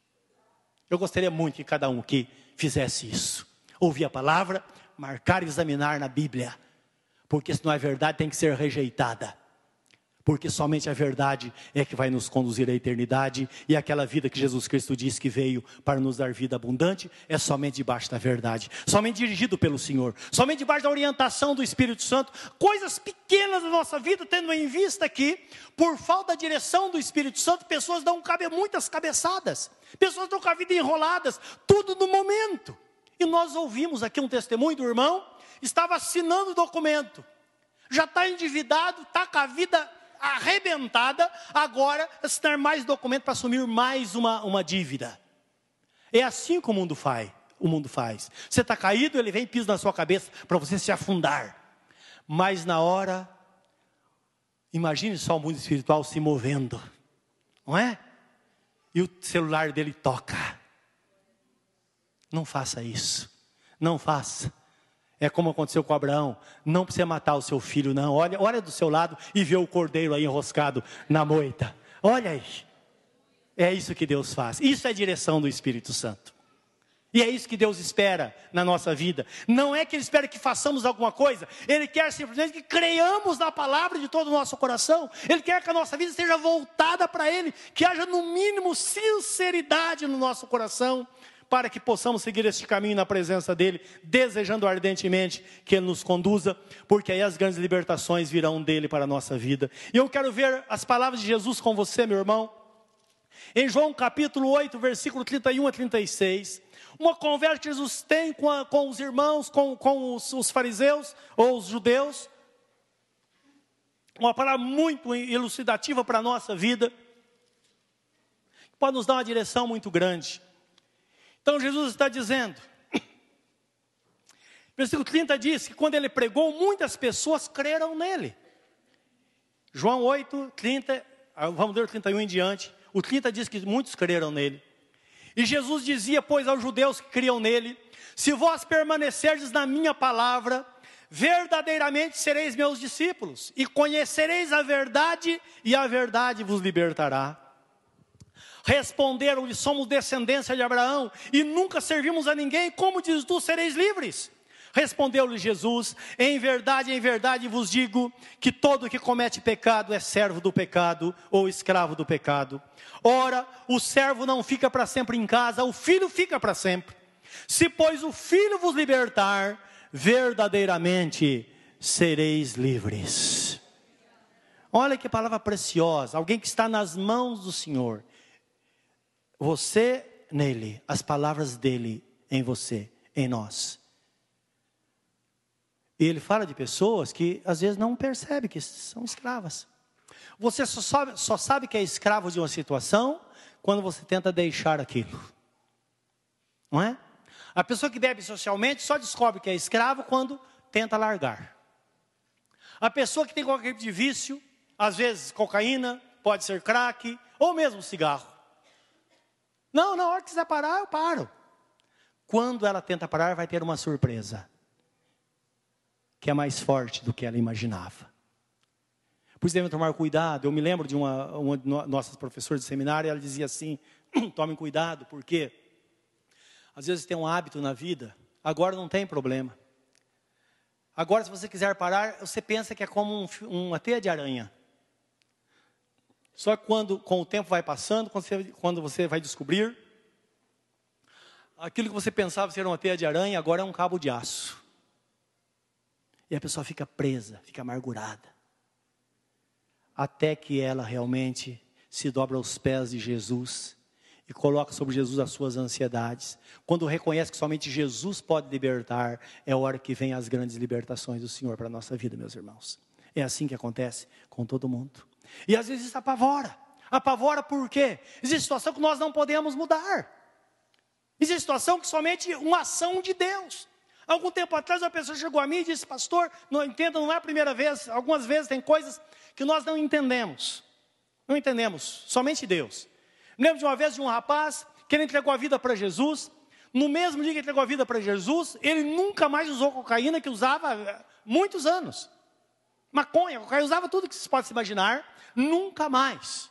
Eu gostaria muito que cada um aqui fizesse isso. Ouvir a palavra, marcar e examinar na Bíblia. Porque se não é verdade, tem que ser rejeitada. Porque somente a verdade é que vai nos conduzir à eternidade. E aquela vida que Jesus Cristo disse que veio para nos dar vida abundante, é somente debaixo da verdade. Somente dirigido pelo Senhor. Somente debaixo da orientação do Espírito Santo. Coisas pequenas da nossa vida, tendo em vista que, por falta da direção do Espírito Santo, pessoas dão cabe, muitas cabeçadas. Pessoas dão com a vida enroladas. Tudo no momento. E nós ouvimos aqui um testemunho do irmão. Estava assinando o documento. Já está endividado, está com a vida arrebentada, agora assinar mais documento para assumir mais uma, uma dívida. É assim que o mundo faz. O mundo faz. Você está caído, ele vem e pisa na sua cabeça para você se afundar. Mas na hora, imagine só o mundo espiritual se movendo, não é? E o celular dele toca. Não faça isso. Não faça. É como aconteceu com Abraão. Não precisa matar o seu filho, não. Olha, olha do seu lado e vê o cordeiro aí enroscado na moita. Olha aí. É isso que Deus faz. Isso é a direção do Espírito Santo. E é isso que Deus espera na nossa vida. Não é que Ele espera que façamos alguma coisa. Ele quer simplesmente que creiamos na palavra de todo o nosso coração. Ele quer que a nossa vida esteja voltada para Ele. Que haja no mínimo sinceridade no nosso coração. Para que possamos seguir este caminho na presença dEle, desejando ardentemente que Ele nos conduza, porque aí as grandes libertações virão dEle para a nossa vida. E eu quero ver as palavras de Jesus com você, meu irmão. Em João capítulo oito, versículo trinta e um a trinta e seis, uma conversa que Jesus tem com, a, com os irmãos, com, com os, os fariseus, ou os judeus. Uma palavra muito elucidativa para a nossa vida, que pode nos dar uma direção muito grande. Então Jesus está dizendo, versículo trinta diz que quando ele pregou, muitas pessoas creram nele. João oito, trinta, vamos ler o trinta e um em diante. O trinta diz que muitos creram nele. E Jesus dizia, pois, aos judeus que criam nele: se vós permanecerdes na minha palavra, verdadeiramente sereis meus discípulos, e conhecereis a verdade, e a verdade vos libertará. Responderam-lhe: somos descendência de Abraão, e nunca servimos a ninguém, como dizes tu, sereis livres? Respondeu-lhe Jesus: em verdade, em verdade vos digo, que todo que comete pecado é servo do pecado, ou escravo do pecado. Ora, o servo não fica para sempre em casa, o filho fica para sempre. Se, pois, o filho vos libertar, verdadeiramente sereis livres. Olha que palavra preciosa, alguém que está nas mãos do Senhor. Você nele, as palavras dele em você, em nós. E ele fala de pessoas que às vezes não percebem que são escravas. Você só sabe, só sabe que é escravo de uma situação quando você tenta deixar aquilo. Não é? A pessoa que bebe socialmente só descobre que é escravo quando tenta largar. A pessoa que tem qualquer tipo de vício, às vezes cocaína, pode ser crack, ou mesmo cigarro. Não, na hora que quiser parar, eu paro. Quando ela tenta parar, vai ter uma surpresa, que é mais forte do que ela imaginava. Por isso devem tomar cuidado. Eu me lembro de uma, uma de nossas professoras de seminário, ela dizia assim: tomem cuidado, porque às vezes tem um hábito na vida, agora não tem problema. Agora, se você quiser parar, você pensa que é como um, uma teia de aranha. Só que quando, com o tempo vai passando, quando você, quando você vai descobrir, aquilo que você pensava ser uma teia de aranha, agora é um cabo de aço. E a pessoa fica presa, fica amargurada. Até que ela realmente se dobra aos pés de Jesus e coloca sobre Jesus as suas ansiedades. Quando reconhece que somente Jesus pode libertar, é a hora que vem as grandes libertações do Senhor para a nossa vida, meus irmãos. É assim que acontece com todo mundo. E às vezes isso apavora. Apavora por quê? Existe situação que nós não podemos mudar. Existe situação que somente uma ação de Deus. Algum tempo atrás uma pessoa chegou a mim e disse: pastor, não entenda, não é a primeira vez. Algumas vezes tem coisas que nós não entendemos. Não entendemos, somente Deus. Me lembro de uma vez de um rapaz que ele entregou a vida para Jesus. No mesmo dia que entregou a vida para Jesus, ele nunca mais usou cocaína, que usava há muitos anos. Maconha, cocaína, usava tudo que se pode se imaginar, nunca mais.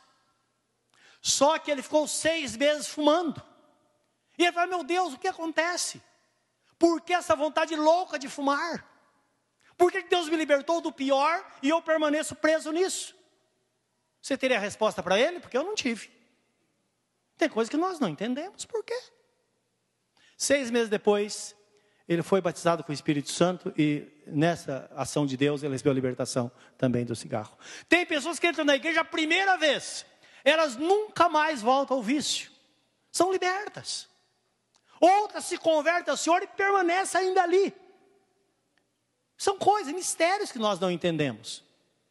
Só que ele ficou seis meses fumando. E ele falou: meu Deus, o que acontece? Por que essa vontade louca de fumar? Por que Deus me libertou do pior e eu permaneço preso nisso? Você teria a resposta para ele? Porque eu não tive. Tem coisas que nós não entendemos, por quê? Seis meses depois, ele foi batizado com o Espírito Santo e nessa ação de Deus ele recebeu a libertação também do cigarro. Tem pessoas que entram na igreja a primeira vez, elas nunca mais voltam ao vício. São libertas. Outras se convertem ao Senhor e permanecem ainda ali. São coisas, mistérios que nós não entendemos.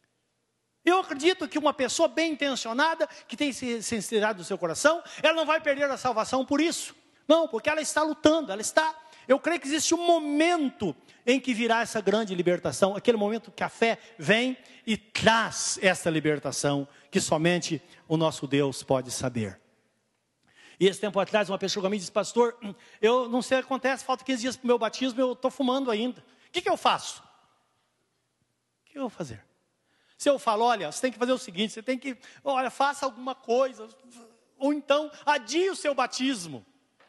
Eu acredito que uma pessoa bem intencionada, que tem sinceridade no seu coração, ela não vai perder a salvação por isso. Não, porque ela está lutando, ela está... Eu creio que existe um momento em que virá essa grande libertação, aquele momento que a fé vem e traz essa libertação, que somente o nosso Deus pode saber. E esse tempo atrás uma pessoa chegou a mim e disse: pastor, eu não sei o que acontece, falta quinze dias para o meu batismo, eu estou fumando ainda. O que, que eu faço? O que eu vou fazer? Se eu falo: olha, você tem que fazer o seguinte, você tem que, olha, faça alguma coisa, ou então adie o seu batismo.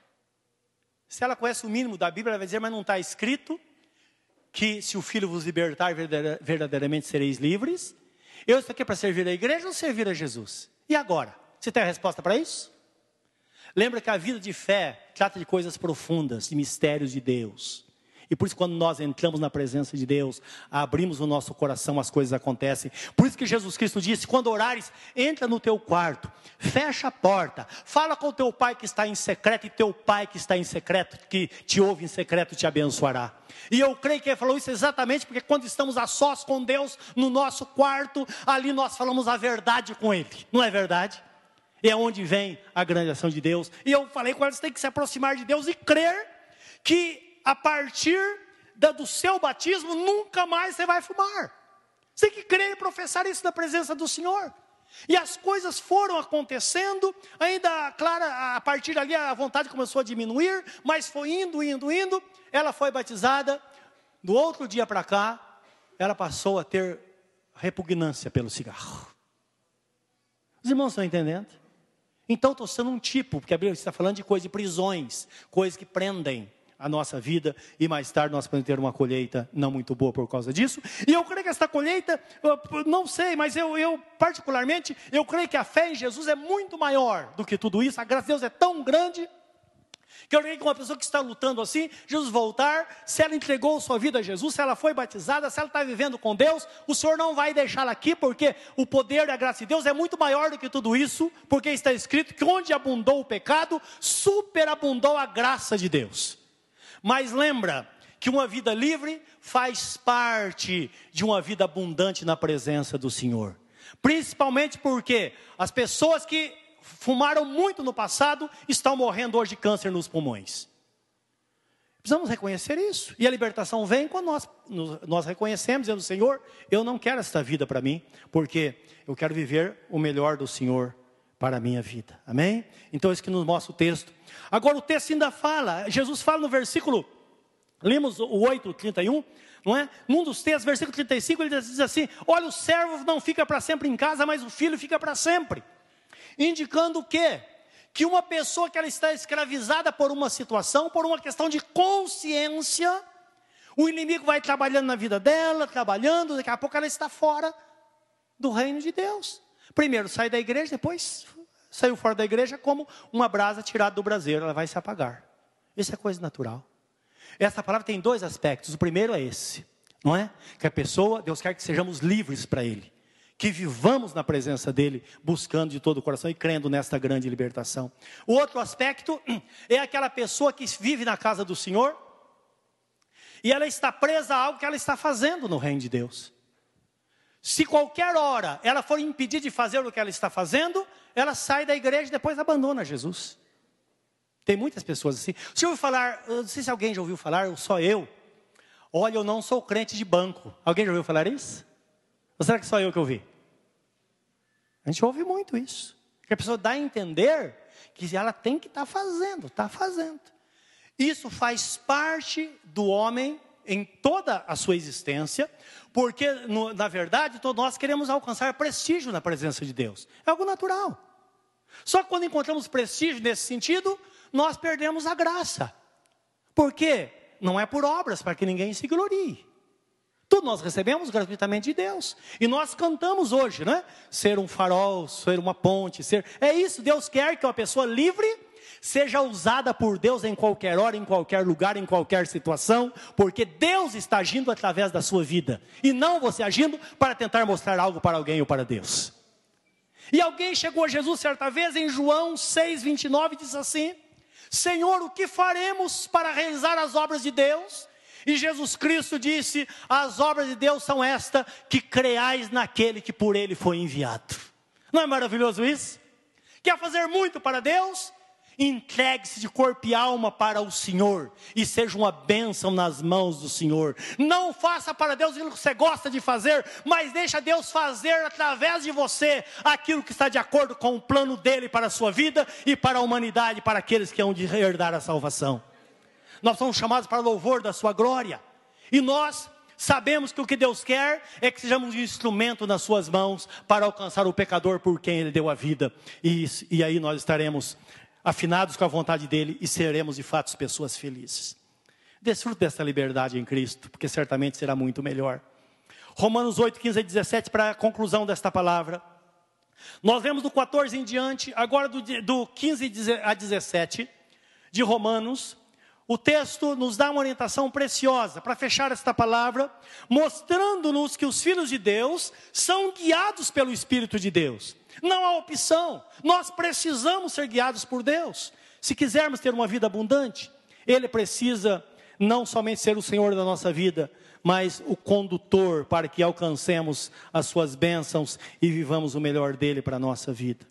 Se ela conhece o mínimo da Bíblia, ela vai dizer: mas não está escrito que se o Filho vos libertar, verdadeiramente sereis livres? Eu estou aqui para servir a igreja ou servir a Jesus? E agora? Você tem a resposta para isso? Lembra que a vida de fé trata de coisas profundas, de mistérios de Deus. E por isso, quando nós entramos na presença de Deus, abrimos o nosso coração, as coisas acontecem. Por isso que Jesus Cristo disse: quando orares, entra no teu quarto, fecha a porta, fala com o teu pai que está em secreto, e teu pai que está em secreto, que te ouve em secreto, te abençoará. E eu creio que ele falou isso exatamente porque quando estamos a sós com Deus, no nosso quarto, ali nós falamos a verdade com Ele. Não é verdade? É onde vem a grande ação de Deus. E eu falei com eles: você tem que se aproximar de Deus e crer que a partir da, do seu batismo, nunca mais você vai fumar. Você tem que crer e professar isso na presença do Senhor. E as coisas foram acontecendo, ainda, claro, a partir dali a vontade começou a diminuir, mas foi indo, indo, indo. Ela foi batizada, do outro dia para cá, ela passou a ter repugnância pelo cigarro. Os irmãos estão entendendo? Então estou sendo um tipo, porque a Bíblia está falando de coisas de prisões, coisas que prendem a nossa vida, e mais tarde nós podemos ter uma colheita não muito boa por causa disso. E eu creio que essa colheita, eu não sei, mas eu, eu particularmente, eu creio que a fé em Jesus é muito maior do que tudo isso. A graça de Deus é tão grande, que eu creio que uma pessoa que está lutando assim, Jesus voltar, se ela entregou sua vida a Jesus, se ela foi batizada, se ela está vivendo com Deus, o Senhor não vai deixá-la aqui, porque o poder da graça de Deus é muito maior do que tudo isso, porque está escrito que onde abundou o pecado, superabundou a graça de Deus. Mas lembra que uma vida livre faz parte de uma vida abundante na presença do Senhor. Principalmente porque as pessoas que fumaram muito no passado estão morrendo hoje de câncer nos pulmões. Precisamos reconhecer isso. E a libertação vem quando nós, nós reconhecemos, dizendo: Senhor, eu não quero esta vida para mim, porque eu quero viver o melhor do Senhor para a minha vida. Amém? Então isso que nos mostra o texto. Agora o texto ainda fala, Jesus fala no versículo, lemos o oito, trinta e um, não é? Num dos textos, versículo trinta e cinco, ele diz assim: olha, o servo não fica para sempre em casa, mas o filho fica para sempre. Indicando o quê? Que uma pessoa que ela está escravizada por uma situação, por uma questão de consciência, o inimigo vai trabalhando na vida dela, trabalhando, daqui a pouco ela está fora do reino de Deus. Primeiro sai da igreja, depois saiu fora da igreja como uma brasa tirada do braseiro, ela vai se apagar. Isso é coisa natural. Essa palavra tem dois aspectos. O primeiro é esse, não é? Que a pessoa, Deus quer que sejamos livres para Ele, que vivamos na presença dEle, buscando de todo o coração e crendo nesta grande libertação. O outro aspecto é aquela pessoa que vive na casa do Senhor e ela está presa a algo que ela está fazendo no reino de Deus. Se qualquer hora ela for impedida de fazer o que ela está fazendo, ela sai da igreja e depois abandona Jesus. Tem muitas pessoas assim. Você ouviu falar, eu não sei se alguém já ouviu falar, ou só eu. Olha, eu não sou crente de banco. Alguém já ouviu falar isso? Ou será que só eu que ouvi? A gente ouve muito isso. Que a pessoa dá a entender que ela tem que estar fazendo, está fazendo. Isso faz parte do homem em toda a sua existência, porque no, na verdade todos nós queremos alcançar prestígio na presença de Deus. É algo natural. Só que quando encontramos prestígio nesse sentido, nós perdemos a graça. Por quê? Não é por obras, para que ninguém se glorie. Tudo nós recebemos gratuitamente de Deus. E nós cantamos hoje, né? Ser um farol, ser uma ponte, ser... É isso, Deus quer que uma pessoa livre seja usada por Deus em qualquer hora, em qualquer lugar, em qualquer situação, porque Deus está agindo através da sua vida, e não você agindo para tentar mostrar algo para alguém ou para Deus. E alguém chegou a Jesus certa vez em João seis, vinte e nove, e disse assim: Senhor, o que faremos para realizar as obras de Deus? E Jesus Cristo disse: as obras de Deus são esta, que creais naquele que por Ele foi enviado. Não é maravilhoso isso? Quer fazer muito para Deus? Entregue-se de corpo e alma para o Senhor, e seja uma bênção nas mãos do Senhor. Não faça para Deus aquilo que você gosta de fazer, mas deixa Deus fazer através de você aquilo que está de acordo com o plano dEle para a sua vida e para a humanidade, para aqueles que hão de herdar a salvação. Nós somos chamados para louvor da sua glória, e nós sabemos que o que Deus quer é que sejamos um instrumento nas suas mãos para alcançar o pecador por quem Ele deu a vida, e, e aí nós estaremos afinados com a vontade dEle e seremos de fato pessoas felizes. Desfrute dessa liberdade em Cristo, porque certamente será muito melhor. Romanos oito, quinze a dezessete, para a conclusão desta palavra. Nós vemos do quatorze em diante, agora do, do quinze a dezessete de Romanos. O texto nos dá uma orientação preciosa para fechar esta palavra, mostrando-nos que os filhos de Deus são guiados pelo Espírito de Deus. Não há opção, nós precisamos ser guiados por Deus. Se quisermos ter uma vida abundante, Ele precisa não somente ser o Senhor da nossa vida, mas o condutor para que alcancemos as suas bênçãos e vivamos o melhor dEle para a nossa vida.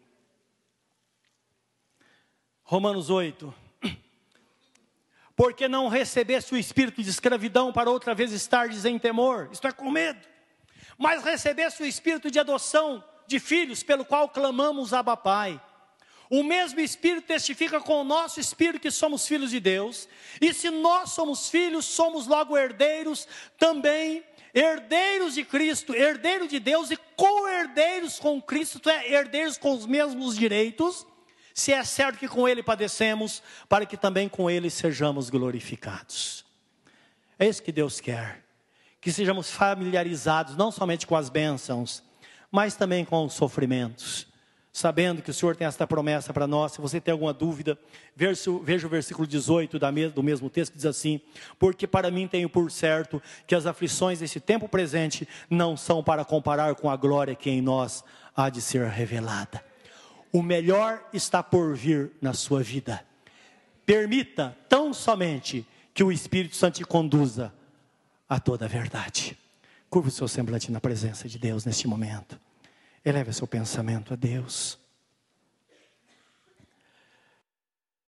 Romanos oito. Porque não recebeste o espírito de escravidão para outra vez estardes em temor, isto é, com medo, mas recebeste o espírito de adoção, de filhos, pelo qual clamamos Abba Pai. O mesmo Espírito testifica com o nosso Espírito que somos filhos de Deus. E se nós somos filhos, somos logo herdeiros também, herdeiros de Cristo, herdeiros de Deus e co-herdeiros com Cristo, isto é, herdeiros com os mesmos direitos, se é certo que com Ele padecemos, para que também com Ele sejamos glorificados. É isso que Deus quer, que sejamos familiarizados não somente com as bênçãos, mas também com os sofrimentos, sabendo que o Senhor tem esta promessa para nós. Se você tem alguma dúvida, veja o versículo dezoito do mesmo texto, que diz assim: porque para mim tenho por certo que as aflições desse tempo presente não são para comparar com a glória que em nós há de ser revelada. O melhor está por vir na sua vida. Permita tão somente que o Espírito Santo te conduza a toda a verdade. Curva o seu semblante na presença de Deus neste momento. Eleve seu pensamento a Deus.